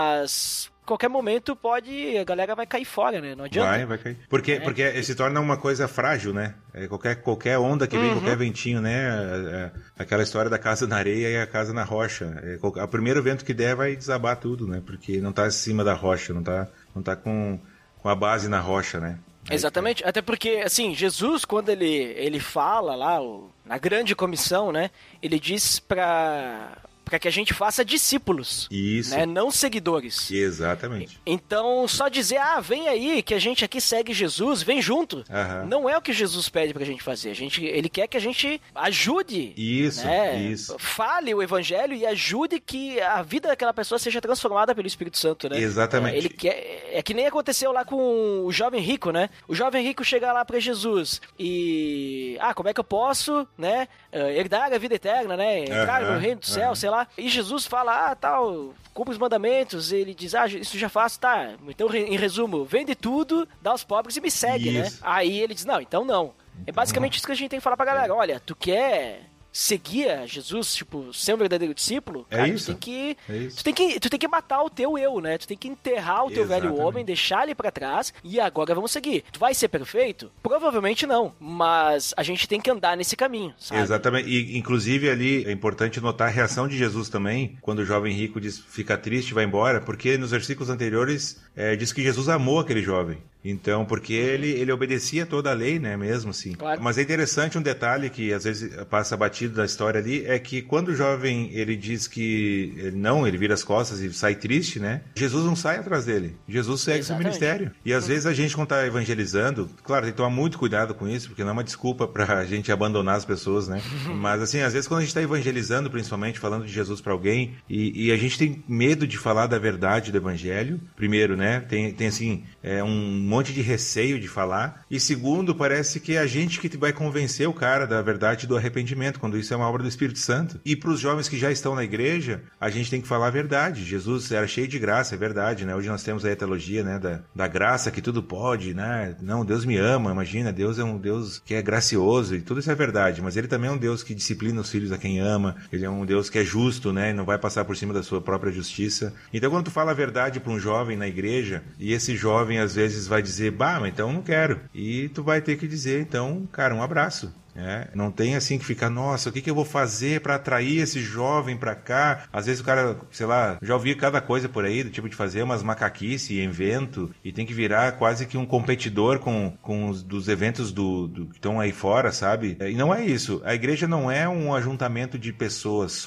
mas qualquer momento pode, a galera vai cair fora, né? Não adianta. Vai, vai cair. Porque, é. porque se torna uma coisa frágil, né? É qualquer, qualquer onda que vem, uhum. qualquer ventinho, né? É, é, aquela história da casa na areia e a casa na rocha. É, o primeiro vento que der vai desabar tudo, né? Porque não tá acima da rocha, não tá, não tá com, com a base na rocha, né? Aí, exatamente, até porque, assim, Jesus, quando ele, ele fala lá, o, na grande comissão, né? Ele diz pra... para que a gente faça discípulos, isso, né? Não seguidores. Exatamente. Então, só dizer, ah, vem aí, que a gente aqui segue Jesus, vem junto, uhum. não é o que Jesus pede pra gente fazer. A gente, ele quer que a gente ajude, isso, né? isso. Fale o evangelho e ajude que a vida daquela pessoa seja transformada pelo Espírito Santo, né? Exatamente. É, ele quer, é que nem aconteceu lá com o jovem rico, né? O jovem rico chega lá pra Jesus e, ah, como é que eu posso, né, herdar a vida eterna, né? Entrar uhum. no reino do céu, uhum. sei lá. E Jesus fala, ah, tal, cumpre os mandamentos, ele diz, ah, isso já faço, tá, então em resumo, vende tudo, dá aos pobres e me segue, isso. né? Aí ele diz, não, então não. Então, é basicamente não. isso que a gente tem que falar pra galera, olha, tu quer seguir a Jesus, tipo, ser um verdadeiro discípulo, é cara, isso. tu tem que, é isso. tu tem que tu tem que matar o teu eu, né? Tu tem que enterrar o teu Exatamente. velho homem, deixar ele pra trás e agora vamos seguir. Tu vai ser perfeito? Provavelmente não, mas a gente tem que andar nesse caminho, sabe? Exatamente, e inclusive ali é importante notar a reação de Jesus também, quando o jovem rico diz, fica triste e vai embora, porque nos versículos anteriores é, diz que Jesus amou aquele jovem. Então, porque ele, ele obedecia toda a lei, né, mesmo assim. Claro. Mas é interessante um detalhe que às vezes passa batido da história ali, é que quando o jovem, ele diz que ele não, ele vira as costas e sai triste, né, Jesus não sai atrás dele. Jesus segue seu ministério. E às vezes a gente, quando tá evangelizando, claro, tem que tomar muito cuidado com isso, porque não é uma desculpa pra gente abandonar as pessoas, né. Mas assim, às vezes quando a gente tá evangelizando, principalmente falando de Jesus pra alguém, e, e a gente tem medo de falar da verdade do evangelho, primeiro, né, tem, tem assim, é um monte de receio de falar, e segundo, parece que é a gente que vai convencer o cara da verdade do arrependimento, quando isso é uma obra do Espírito Santo. E para os jovens que já estão na igreja, a gente tem que falar a verdade. Jesus era cheio de graça, é verdade, né? Hoje nós temos a teologia, né, da, da graça, que tudo pode, né? Não, Deus me ama, imagina, Deus é um Deus que é gracioso, e tudo isso é verdade, mas ele também é um Deus que disciplina os filhos a quem ama, ele é um Deus que é justo, né? E não vai passar por cima da sua própria justiça. Então quando tu fala a verdade para um jovem na igreja, e esse jovem às vezes vai dizer, bah, mas então eu não quero. E tu vai ter que dizer, então, cara, um abraço. É, não tem assim que ficar, nossa, o que, que eu vou fazer pra atrair esse jovem pra cá? Às vezes o cara, sei lá, já ouvi cada coisa por aí, do tipo de fazer umas macaquice e evento, e tem que virar quase que um competidor com, com os dos eventos do, do, que estão aí fora, sabe? E não é isso. A igreja não é um ajuntamento de pessoas só.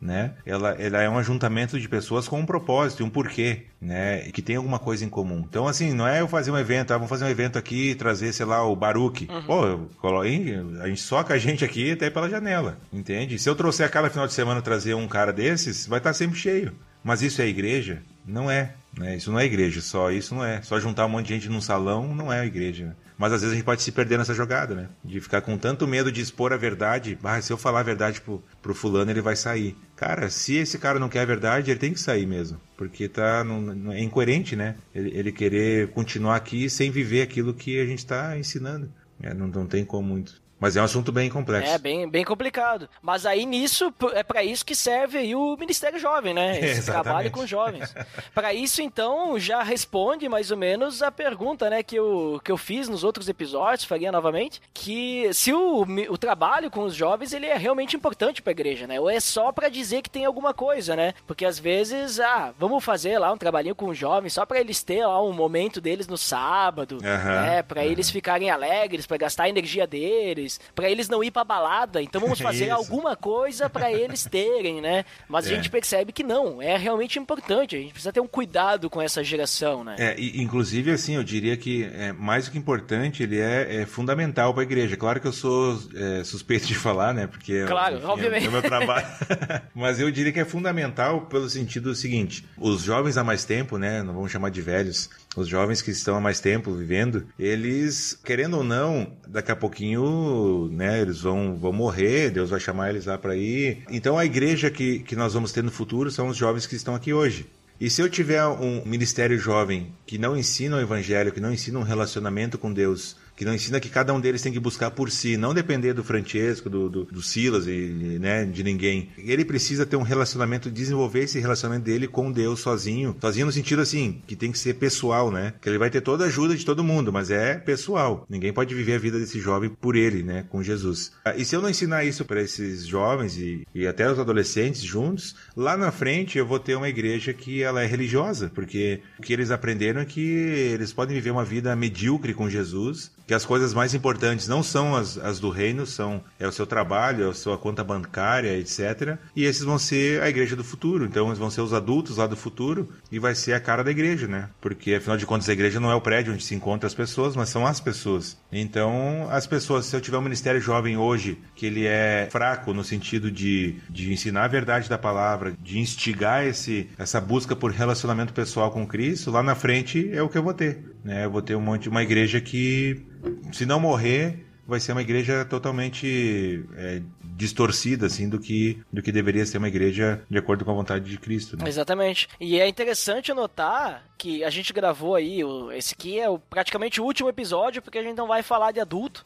né? Ela, ela é um ajuntamento de pessoas com um propósito, um porquê, né? Que tem alguma coisa em comum. Então, assim, não é eu fazer um evento, ah, vamos fazer um evento aqui e trazer, sei lá, o Baruque. Uhum. Pô, eu colo... a gente soca a gente aqui até pela janela, entende? Se eu trouxer a cada final de semana trazer um cara desses, vai estar sempre cheio. Mas isso é igreja? Não é, né? Isso não é igreja, só isso não é. Só juntar um monte de gente num salão não é igreja, né? Mas às vezes a gente pode se perder nessa jogada, né? De ficar com tanto medo de expor a verdade. Ah, se eu falar a verdade pro, pro fulano, ele vai sair. Cara, se esse cara não quer a verdade, ele tem que sair mesmo. Porque tá, não, não, é incoerente, né? Ele, ele querer continuar aqui sem viver aquilo que a gente tá ensinando. É, não, não tem como muito. Mas é um assunto bem complexo. É, bem, bem complicado. Mas aí nisso, é para isso que serve aí o Ministério Jovem, né? Esse é, trabalho com jovens. Para isso, então, já responde mais ou menos a pergunta, né, que eu, que eu fiz nos outros episódios, faria novamente, que se o, o trabalho com os jovens, ele é realmente importante para a igreja, né? Ou é só para dizer que tem alguma coisa, né? Porque às vezes, ah, vamos fazer lá um trabalhinho com os jovens só para eles terem lá um momento deles no sábado, uhum, né? Para uhum. eles ficarem alegres, para gastar a energia deles, pra eles não ir pra balada, então vamos fazer alguma coisa pra eles terem, né? Mas é. a gente percebe que não, é realmente importante, a gente precisa ter um cuidado com essa geração, né? É, e, inclusive, assim, eu diria que é, mais do que importante, ele é, é fundamental pra igreja. Claro que eu sou é, suspeito de falar, né? Porque claro, enfim, obviamente. é o meu trabalho. Mas eu diria que é fundamental pelo sentido seguinte, os jovens há mais tempo, né? Não vamos chamar de velhos, os jovens que estão há mais tempo vivendo, eles, querendo ou não, daqui a pouquinho, né, eles vão, vão morrer, Deus vai chamar eles lá para ir. Então a igreja que, que nós vamos ter no futuro são os jovens que estão aqui hoje. E se eu tiver um ministério jovem que não ensina o evangelho, que não ensina um relacionamento com Deus, que não ensina que cada um deles tem que buscar por si, não depender do Francesco, do, do, do Silas, e, né, de ninguém. Ele precisa ter um relacionamento, desenvolver esse relacionamento dele com Deus sozinho. Sozinho no sentido assim, que tem que ser pessoal, né? Que ele vai ter toda a ajuda de todo mundo, mas é pessoal. Ninguém pode viver a vida desse jovem por ele, né? Com Jesus. E se eu não ensinar isso para esses jovens e, e até os adolescentes juntos, lá na frente eu vou ter uma igreja que ela é religiosa, porque o que eles aprenderam é que eles podem viver uma vida medíocre com Jesus, que as coisas mais importantes não são as, as do reino, são é o seu trabalho, é a sua conta bancária, etcétera. E esses vão ser a igreja do futuro. Então, eles vão ser os adultos lá do futuro e vai ser a cara da igreja, né? Porque, afinal de contas, a igreja não é o prédio onde se encontram as pessoas, mas são as pessoas. Então, as pessoas, se eu tiver um ministério jovem hoje, que ele é fraco no sentido de, de ensinar a verdade da palavra, de instigar esse, essa busca por relacionamento pessoal com Cristo, lá na frente é o que eu vou ter, né? Eu vou ter um monte, uma igreja que, se não morrer, vai ser uma igreja totalmente é, distorcida, assim, do que, do que deveria ser uma igreja de acordo com a vontade de Cristo, né? Exatamente. E é interessante notar que a gente gravou aí, o, esse aqui é o, praticamente o último episódio, porque a gente não vai falar de adulto,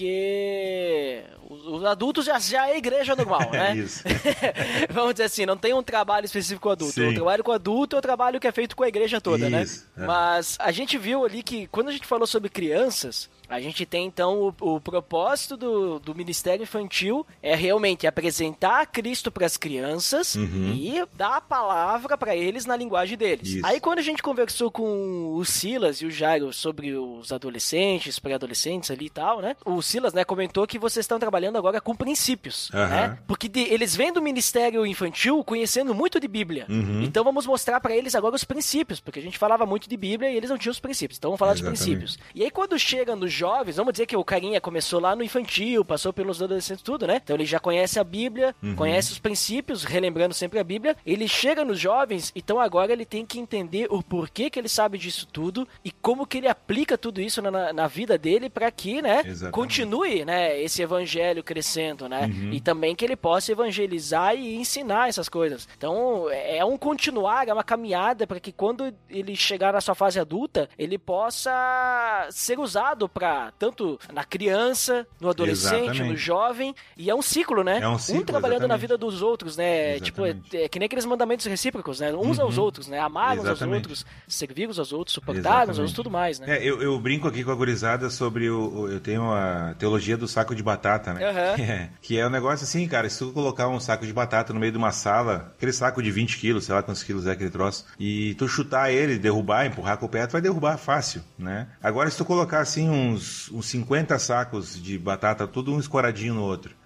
porque os, os adultos já, já é igreja normal, né? Isso. Vamos dizer assim, não tem um trabalho específico com adulto. Sim. O trabalho com adulto é o trabalho que é feito com a igreja toda, Isso. né? É. Mas a gente viu ali que quando a gente falou sobre crianças, a gente tem então o, o propósito do, do Ministério Infantil é realmente apresentar Cristo para as crianças, uhum, e dar a palavra para eles na linguagem deles. Isso. Aí quando a gente conversou com o Silas e o Jairo sobre os adolescentes, pré-adolescentes ali e tal, né? O Silas, né, comentou que vocês estão trabalhando agora com princípios, uhum, né? Porque de, eles vêm do Ministério Infantil conhecendo muito de Bíblia. Uhum. Então vamos mostrar para eles agora os princípios, porque a gente falava muito de Bíblia e eles não tinham os princípios. Então vamos falar Exatamente. dos princípios. E aí quando chega nos jovens, vamos dizer que o carinha começou lá no infantil, passou pelos adolescentes, tudo, né? Então ele já conhece a Bíblia, uhum, conhece os princípios, relembrando sempre a Bíblia. Ele chega nos jovens, então agora ele tem que entender o porquê que ele sabe disso tudo e como que ele aplica tudo isso na, na vida dele para que, né, Exatamente. continue, né, esse evangelho crescendo, né? Uhum. E também que ele possa evangelizar e ensinar essas coisas. Então é um continuar, é uma caminhada para que quando ele chegar na sua fase adulta, ele possa ser usado para tanto na criança, no adolescente, Exatamente. no jovem, e é um ciclo, né? É um ciclo, um trabalhando exatamente. na vida dos outros, né? Exatamente. Tipo, é, é que nem aqueles mandamentos recíprocos, né? Uns uhum. aos outros, né? Amar uns aos outros, servir uns aos outros, suportar uns aos outros, tudo mais, né? É, eu, eu brinco aqui com a gurizada sobre o, o... Eu tenho a teologia do saco de batata, né? Uhum. Que, é, que é um negócio assim, cara, se tu colocar um saco de batata no meio de uma sala, aquele saco de vinte quilos, sei lá quantos quilos é aquele troço, e tu chutar ele, derrubar, empurrar com o pé, tu vai derrubar fácil, né? Agora, se tu colocar assim uns, uns cinquenta sacos de batata, tudo um escoradinho no outro,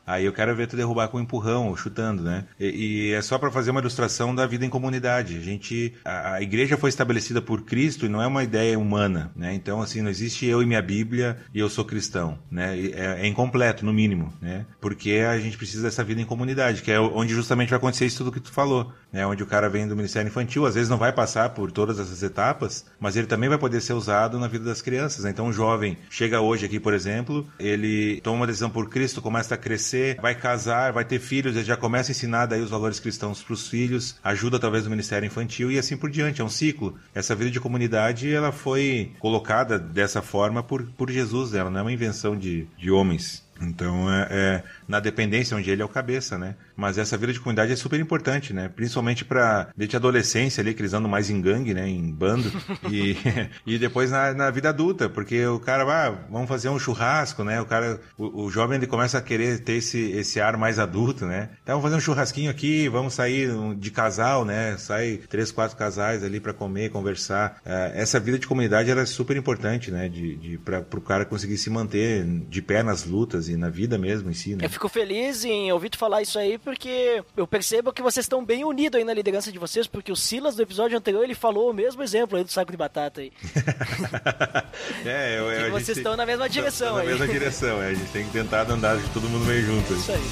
aí eu quero ver tu derrubar com um empurrão, chutando, né? E, e é só para fazer uma ilustração da vida em comunidade. A gente, a, a igreja foi estabelecida por Cristo e não é uma ideia humana, né? Então, assim, não existe eu e minha Bíblia e eu sou cristão, né? É, é incompleto, no mínimo, né? Porque a gente precisa dessa vida em comunidade, que é onde justamente vai acontecer isso tudo que tu falou, né? Onde o cara vem do ministério infantil, às vezes não vai passar por todas essas etapas, mas ele também vai poder ser usado na vida das crianças, né? Então, um jovem chega hoje aqui, por exemplo, ele toma uma decisão por Cristo, começa a crescer, vai casar, vai ter filhos, ele já começa a ensinar daí os valores cristãos para os filhos, ajuda através do ministério infantil e assim por diante, é um ciclo. Essa vida de comunidade, ela foi colocada dessa forma por, por Jesus, ela não é uma invenção de, de homens. Então, é, é na dependência onde ele é o cabeça, né? Mas essa vida de comunidade é super importante, né? Principalmente pra, desde a adolescência ali, que eles andam mais em gangue, né? Em bando. e, e depois na, na vida adulta, porque o cara vai, ah, vamos fazer um churrasco, né? O cara, o, o jovem, ele começa a querer ter esse, esse ar mais adulto, né? Então, vamos fazer um churrasquinho aqui, vamos sair de casal, né? Sai três, quatro casais ali pra comer, conversar. Uh, essa vida de comunidade, ela é super importante, né? De, de, pra, pro cara conseguir se manter de pé nas lutas e na vida mesmo em si, né? Eu fico feliz em ouvir tu falar isso aí, porque eu percebo que vocês estão bem unidos aí na liderança de vocês, porque o Silas do episódio anterior, ele falou o mesmo exemplo aí do saco de batata aí. é, eu, eu, e vocês estão na mesma direção tá, tá aí. Na mesma direção, é, a gente tem que tentar andar de todo mundo meio junto. Isso aí.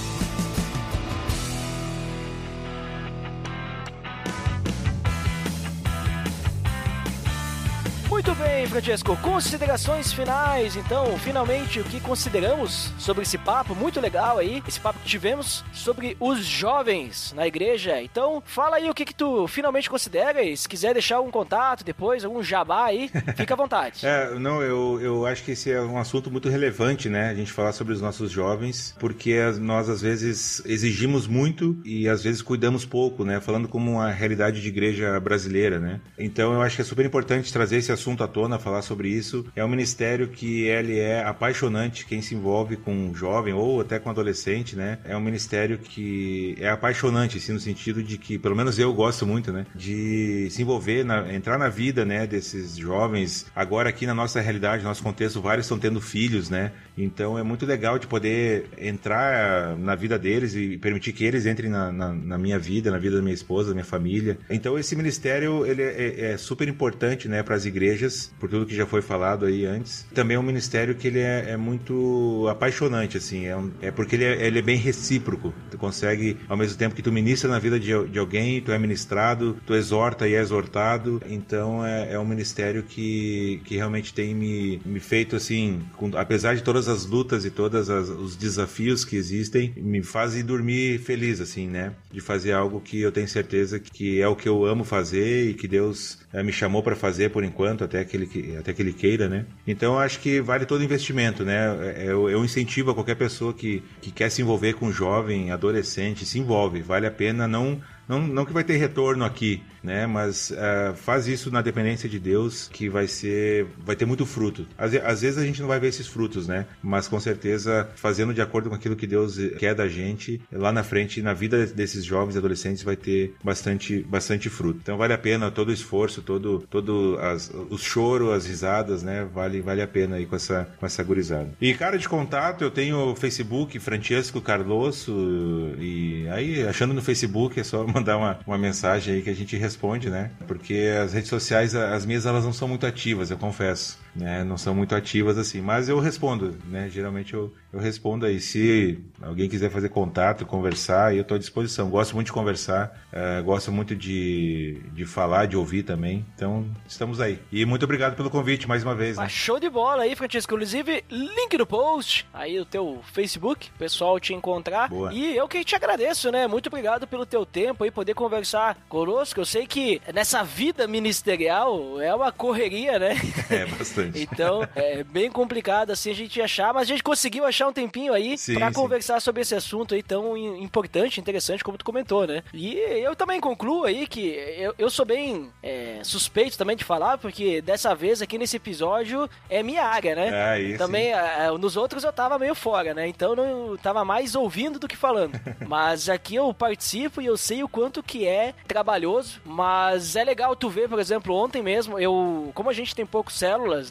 Muito bem, Francesco. Considerações finais, então, finalmente, o que consideramos sobre esse papo muito legal aí, esse papo que tivemos sobre os jovens na igreja. Então, fala aí o que que tu finalmente considera e se quiser deixar algum contato depois, algum jabá aí, fica à vontade. É, não, eu, eu acho que esse é um assunto muito relevante, né, a gente falar sobre os nossos jovens, porque nós, às vezes, exigimos muito e, às vezes, cuidamos pouco, né, falando como uma realidade de igreja brasileira, né. Então, eu acho que é super importante trazer esse assunto à tona, falar sobre isso. É um ministério que ele é apaixonante, quem se envolve com um jovem ou até com um adolescente, né? É um ministério que é apaixonante, assim, no sentido de que, pelo menos eu gosto muito, né? De se envolver, na, entrar na vida, né? Desses jovens. Agora aqui na nossa realidade, no nosso contexto, vários estão tendo filhos, né? Então é muito legal de poder entrar na vida deles e permitir que eles entrem na, na, na minha vida, na vida da minha esposa, da minha família. Então esse ministério, ele é, é super importante, né? Para as igrejas, por tudo que já foi falado aí antes. Também é um ministério que ele é, é muito apaixonante, assim, é, um, é porque ele é, ele é bem recíproco. Tu consegue, ao mesmo tempo que tu ministra na vida de, de alguém, tu é ministrado, tu exorta e é exortado. Então é, é um ministério que, que realmente tem me, me feito, assim, com, apesar de todas as lutas e todos os desafios que existem, me fazem dormir feliz, assim, né? De fazer algo que eu tenho certeza que é o que eu amo fazer e que Deus é, me chamou para fazer por enquanto, até que ele, até que ele queira, né? Então eu acho que vale todo investimento, né? Eu, eu incentivo a qualquer pessoa que, que quer se envolver com jovem, adolescente, se envolve, vale a pena, não... Não, não que vai ter retorno aqui, né? Mas uh, faz isso na dependência de Deus, que vai ser, vai ter muito fruto. Às, às vezes a gente não vai ver esses frutos, né? Mas com certeza, fazendo de acordo com aquilo que Deus quer da gente, lá na frente, na vida desses jovens e adolescentes, vai ter bastante, bastante fruto. Então vale a pena todo o esforço, todo, todo as, o choro, as risadas, né? Vale, vale a pena aí com essa, com essa gurizada. E cara de contato, eu tenho o Facebook, Francesco Cardoso, e aí, achando no Facebook, é só mandar uma, uma mensagem aí que a gente responde, né? Porque as redes sociais, as minhas, elas não são muito ativas, eu confesso, né? Não são muito ativas assim, mas eu respondo, né? Geralmente eu, eu respondo aí. Se alguém quiser fazer contato, conversar, eu estou à disposição. Gosto muito de conversar, uh, gosto muito de, de falar, de ouvir também. Então, estamos aí. E muito obrigado pelo convite, mais uma vez, né? Mas show de bola aí, Francesco. Inclusive, link no post, aí o teu Facebook, o pessoal te encontrar. Boa. E eu que te agradeço, né? Muito obrigado pelo teu tempo aí, poder conversar conosco. Eu sei que nessa vida ministerial é uma correria, né? É, bastante. Então, é bem complicado assim a gente achar, mas a gente conseguiu achar um tempinho aí sim, pra sim. conversar sobre esse assunto aí tão importante, interessante, como tu comentou, né? E eu também concluo aí que eu, eu sou bem é, suspeito também de falar, porque dessa vez aqui nesse episódio é minha área, né? Ah, isso. Também, a, nos outros eu tava meio fora, né? Então eu tava mais ouvindo do que falando. Mas aqui eu participo e eu sei o quanto que é trabalhoso, mas é legal tu ver, por exemplo, ontem mesmo, eu, como a gente tem poucos células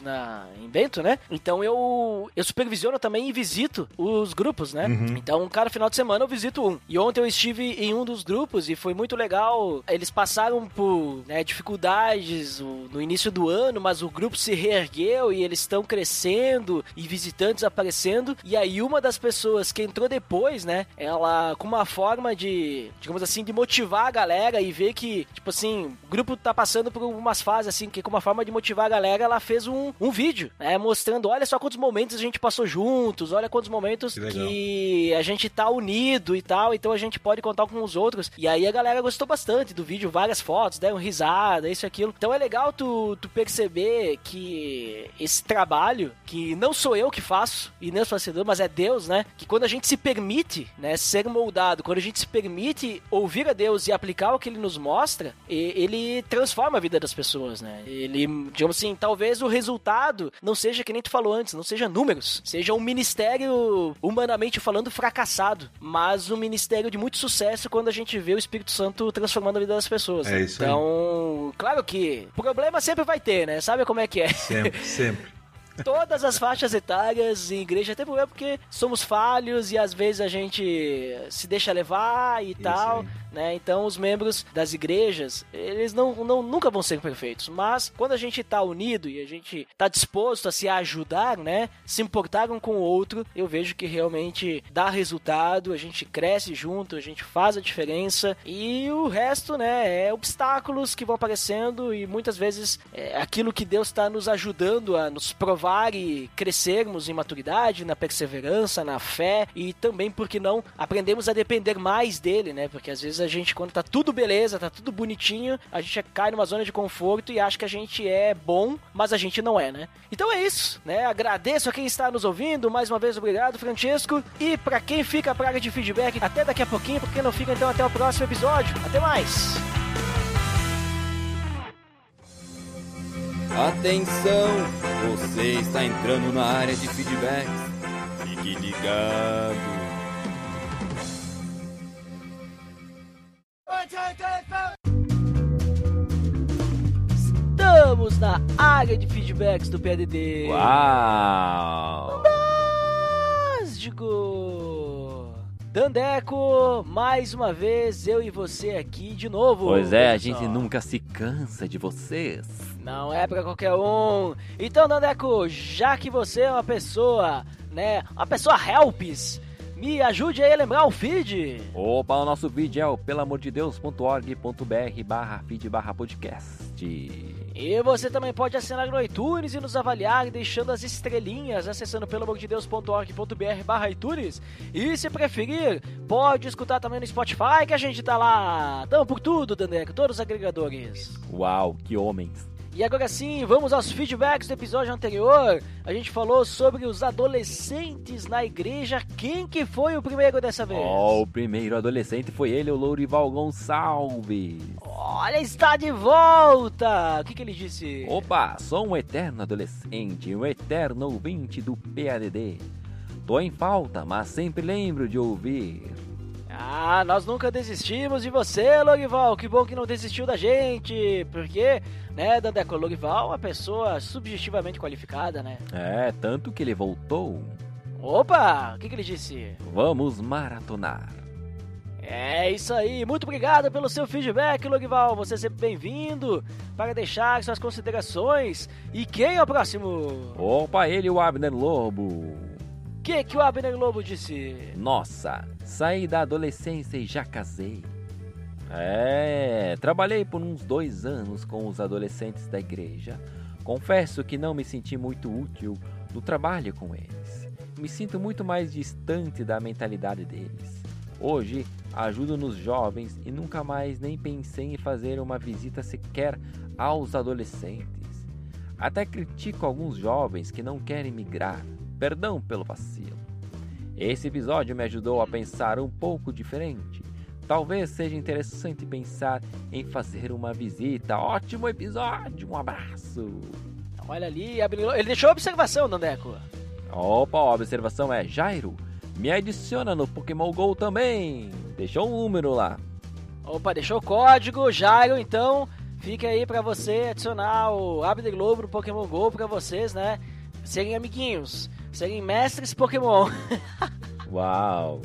na, em Bento, né? Então eu, eu supervisiono também e visito os grupos, né? Uhum. Então, cada final de semana eu visito um. E ontem eu estive em um dos grupos e foi muito legal. Eles passaram por, né, dificuldades no início do ano, mas o grupo se reergueu e eles estão crescendo e visitantes aparecendo. E aí uma das pessoas que entrou depois, né, ela com uma forma de, digamos assim, de motivar a galera e ver que, tipo assim, o grupo tá passando por umas fases assim, que com uma forma de motivar a galera, ela fez um, um vídeo, né, mostrando, olha só quantos momentos a gente passou juntos, olha quantos momentos que, que a gente tá unido e tal, então a gente pode contar com os outros. E aí a galera gostou bastante do vídeo, várias fotos, deram risada, isso e aquilo. Então é legal tu, tu perceber que esse trabalho, que não sou eu que faço, e nem os facilitadores, mas é Deus, né, que quando a gente se permite, né, ser moldado, quando a gente se permite ouvir a Deus e aplicar o que Ele nos mostra, Ele transforma a vida das pessoas, né. Ele, digamos assim, talvez o resultado não seja, que nem tu falou antes, não seja números, seja um ministério, humanamente falando, fracassado, mas um ministério de muito sucesso quando a gente vê o Espírito Santo transformando a vida das pessoas. É né? isso então, aí. Claro que problema sempre vai ter, né? Sabe como é que é? Sempre, sempre. Todas as faixas etárias em igreja tem problema porque somos falhos e às vezes a gente se deixa levar e Isso tal, aí. né? Então os membros das igrejas, eles não, não, nunca vão ser perfeitos, mas quando a gente tá unido e a gente tá disposto a se ajudar, né? Se importar um com o outro, eu vejo que realmente dá resultado, a gente cresce junto, a gente faz a diferença e o resto, né? É obstáculos que vão aparecendo e muitas vezes é aquilo que Deus está nos ajudando a nos provar e crescermos em maturidade, na perseverança, na fé e também, por que não, aprendemos a depender mais dele, né? Porque às vezes a gente, quando tá tudo beleza, tá tudo bonitinho, a gente cai numa zona de conforto e acha que a gente é bom, mas a gente não é, né? Então é isso, né? Agradeço a quem está nos ouvindo, mais uma vez obrigado, Francesco, e pra quem fica pra área de feedback, até daqui a pouquinho, pra quem não fica, então até o próximo episódio. Até mais! Atenção, você está entrando na área de feedbacks. Fique ligado. Estamos na área de feedbacks do P A D D. Uau! Fantástico! Dandeco, mais uma vez eu e você aqui de novo. Pois é, a gente nunca se cansa de vocês. Não é pra qualquer um. Então, Dandeco, já que você é uma pessoa, né, uma pessoa helps, me ajude aí a lembrar o feed. Opa, o nosso feed é o pelamordedeus.org.br barra feed barra podcast. E você também pode assinar no iTunes e nos avaliar deixando as estrelinhas, acessando pelamordedeus.org.br barra iTunes. E se preferir, pode escutar também no Spotify, que a gente tá lá. Tamo por tudo, Dandeco, todos os agregadores. Uau, que homens. E agora sim, vamos aos feedbacks do episódio anterior. A gente falou sobre os adolescentes na igreja. Quem que foi o primeiro dessa vez? Oh, o primeiro adolescente foi ele, o Lourival Gonçalves. Olha, está de volta! O que, que ele disse? Opa, sou um eterno adolescente, um eterno ouvinte do P A D D. Tô em falta, mas sempre lembro de ouvir. Ah, nós nunca desistimos de você, Lourival. Que bom que não desistiu da gente. Porque, né, Dandeco, Lourival é uma pessoa subjetivamente qualificada, né? É, tanto que ele voltou. Opa, o que, que ele disse? Vamos maratonar. É isso aí, muito obrigado pelo seu feedback, Lourival. Você é sempre bem-vindo para deixar suas considerações. E quem é o próximo? Opa, ele, o Abner Lobo. O que, que o Abner Lobo disse? Nossa, saí da adolescência e já casei. É, trabalhei por uns dois anos com os adolescentes da igreja. Confesso que não me senti muito útil no trabalho com eles. Me sinto muito mais distante da mentalidade deles. Hoje, ajudo nos jovens e nunca mais nem pensei em fazer uma visita sequer aos adolescentes. Até critico alguns jovens que não querem migrar. Perdão pelo vacilo. Esse episódio me ajudou a pensar um pouco diferente. Talvez seja interessante pensar em fazer uma visita. Ótimo episódio, um abraço. Olha ali, ele deixou a observação, Dandeco. Opa, a observação é: Jairo, me adiciona no Pokémon GO também. Deixou um número lá. Opa, deixou o código, Jairo, então fica aí pra você adicionar o Abner Lobo no Pokémon GO pra vocês, né? Serem amiguinhos, serem mestres Pokémon. Uau!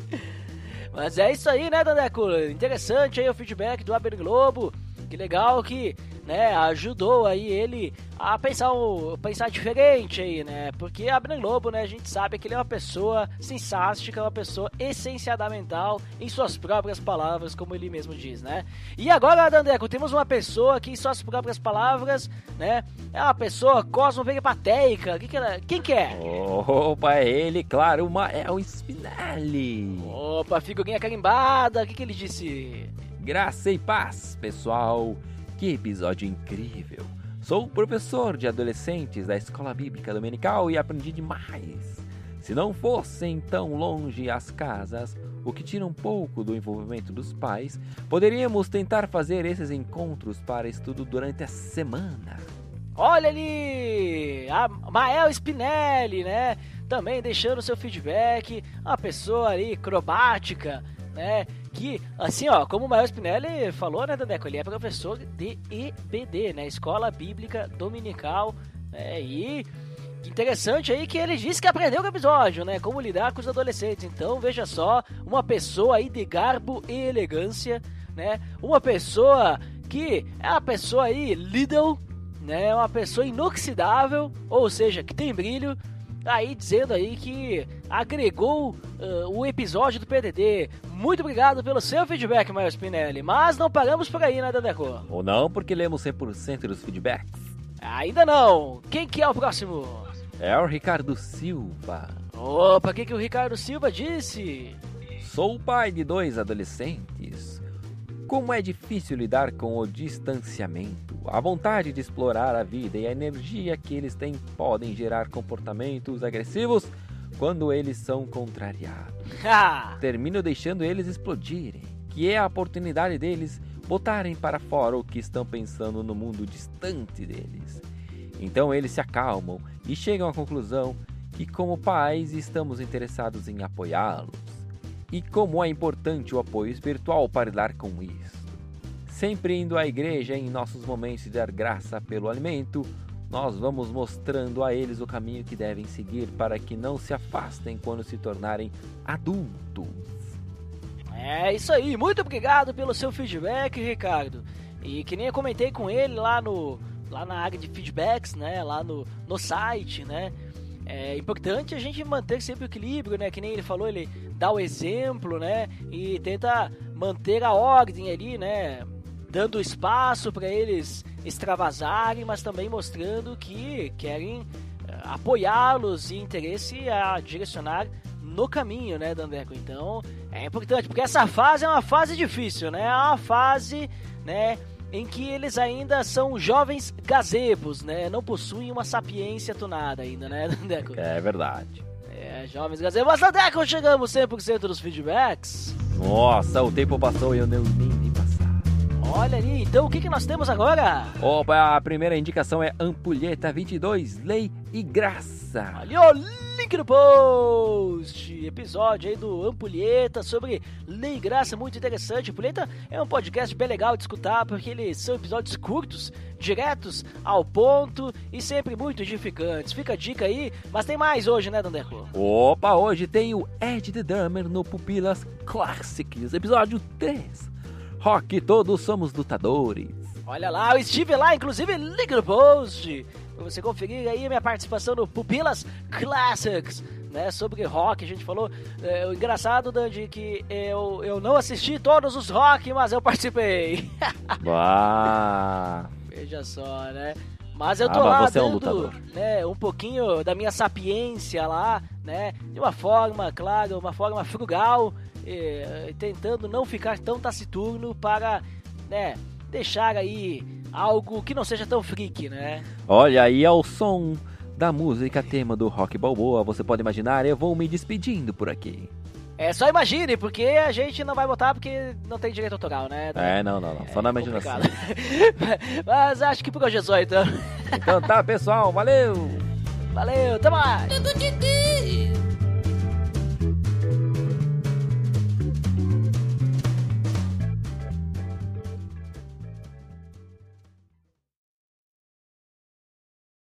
Mas é isso aí, né, Dandeco? Interessante aí o feedback do Abner Globo. Que legal que, né, ajudou aí ele a pensar, um, pensar diferente aí, né? Porque Abner Globo, né, a gente sabe que ele é uma pessoa sensástica, uma pessoa essenciamental em suas próprias palavras, como ele mesmo diz, né? E agora, Dandeco, temos uma pessoa que em suas próprias palavras, né, é uma pessoa cosmoveripateica. Que que ela, quem que é? Opa, é ele, claro, o Mael Spinelli. Opa, figurinha carimbada, o que que ele disse? Graça e paz, pessoal. Que episódio incrível. Sou professor de adolescentes da Escola Bíblica Dominical e aprendi demais. Se não fossem tão longe as casas, o que tira um pouco do envolvimento dos pais, poderíamos tentar fazer esses encontros para estudo durante a semana. Olha ali, a Mael Spinelli, né? Também deixando seu feedback, uma pessoa ali acrobática, né? Que, assim, ó, como o Mael Spinelli falou, né, Dandeco, ele é professor de E B D, né, Escola Bíblica Dominical, né, e interessante aí que ele disse que aprendeu com o episódio, né, como lidar com os adolescentes. Então, veja só, uma pessoa aí de garbo e elegância, né, uma pessoa que é uma pessoa aí, Lidl, né, uma pessoa inoxidável, ou seja, que tem brilho, aí dizendo aí que agregou uh, o episódio do P D D. Muito obrigado pelo seu feedback, Mael Spinelli. Mas não paramos por aí, né, Dandeco? Ou não, porque lemos cem por cento dos feedbacks. Ainda não. Quem que é o próximo? É o Ricardo Silva. Opa, o que, que o Ricardo Silva disse? Sou pai de dois adolescentes. Como é difícil lidar com o distanciamento, a vontade de explorar a vida e a energia que eles têm podem gerar comportamentos agressivos quando eles são contrariados. Termino deixando eles explodirem, que é a oportunidade deles botarem para fora o que estão pensando no mundo distante deles. Então eles se acalmam e chegam à conclusão que, como pais, estamos interessados em apoiá-los. E como é importante o apoio espiritual para lidar com isso. Sempre indo à igreja em nossos momentos de dar graça pelo alimento, nós vamos mostrando a eles o caminho que devem seguir para que não se afastem quando se tornarem adultos. É isso aí, muito obrigado pelo seu feedback, Ricardo. E que nem eu comentei com ele lá, no, lá na área de feedbacks, né, lá no, no site, né. É importante a gente manter sempre o equilíbrio, né? Que nem ele falou, ele dá o exemplo, né? E tenta manter a ordem ali, né? Dando espaço para eles extravasarem, mas também mostrando que querem apoiá-los e interesse a direcionar no caminho, né, Dandeco? Então, é importante, porque essa fase é uma fase difícil, né? É uma fase, né, em que eles ainda são jovens gazebos, né? Não possuem uma sapiência tunada ainda, né, Dandeco? É verdade. É, jovens gazebos. Mas, Dandeco, chegamos cem por cento dos feedbacks. Nossa, o tempo passou e eu nem vi passar. Olha ali, então o que, que nós temos agora? Opa, a primeira indicação é Ampulheta vinte e dois, Lei e Graça. Ali, ó, link no post. Episódio aí do Ampulheta sobre Lei e Graça, muito interessante. Ampulheta é um podcast bem legal de escutar, porque eles são episódios curtos, diretos ao ponto e sempre muito edificantes. Fica a dica aí, mas tem mais hoje, né, Dandeco? Opa, hoje tem o Ed the Drummer no Pupilas Classics, episódio três. Rock, todos somos lutadores. Olha lá, eu estive lá, inclusive, link no post, pra você conferir aí a minha participação no Pupilas Classics, né, sobre rock. A gente falou, é, o engraçado, Dandy, que eu, eu não assisti todos os rock, mas eu participei. Bah. Veja só, né? Mas eu tô ah, lá mas você dando, é um lutador. né, um pouquinho da minha sapiência lá, né, de uma forma, claro, uma forma frugal, e, tentando não ficar tão taciturno para, né, deixar aí algo que não seja tão freak, né? Olha aí, ao som da música tema do Rock Balboa, você pode imaginar, eu vou me despedindo por aqui. É, só imagine, porque a gente não vai botar porque não tem direito autoral, né? É, não, não, não, só é na imaginação. Mas acho que por hoje é só, então. Então tá, pessoal, valeu! Valeu, até mais! Tudo de Deus.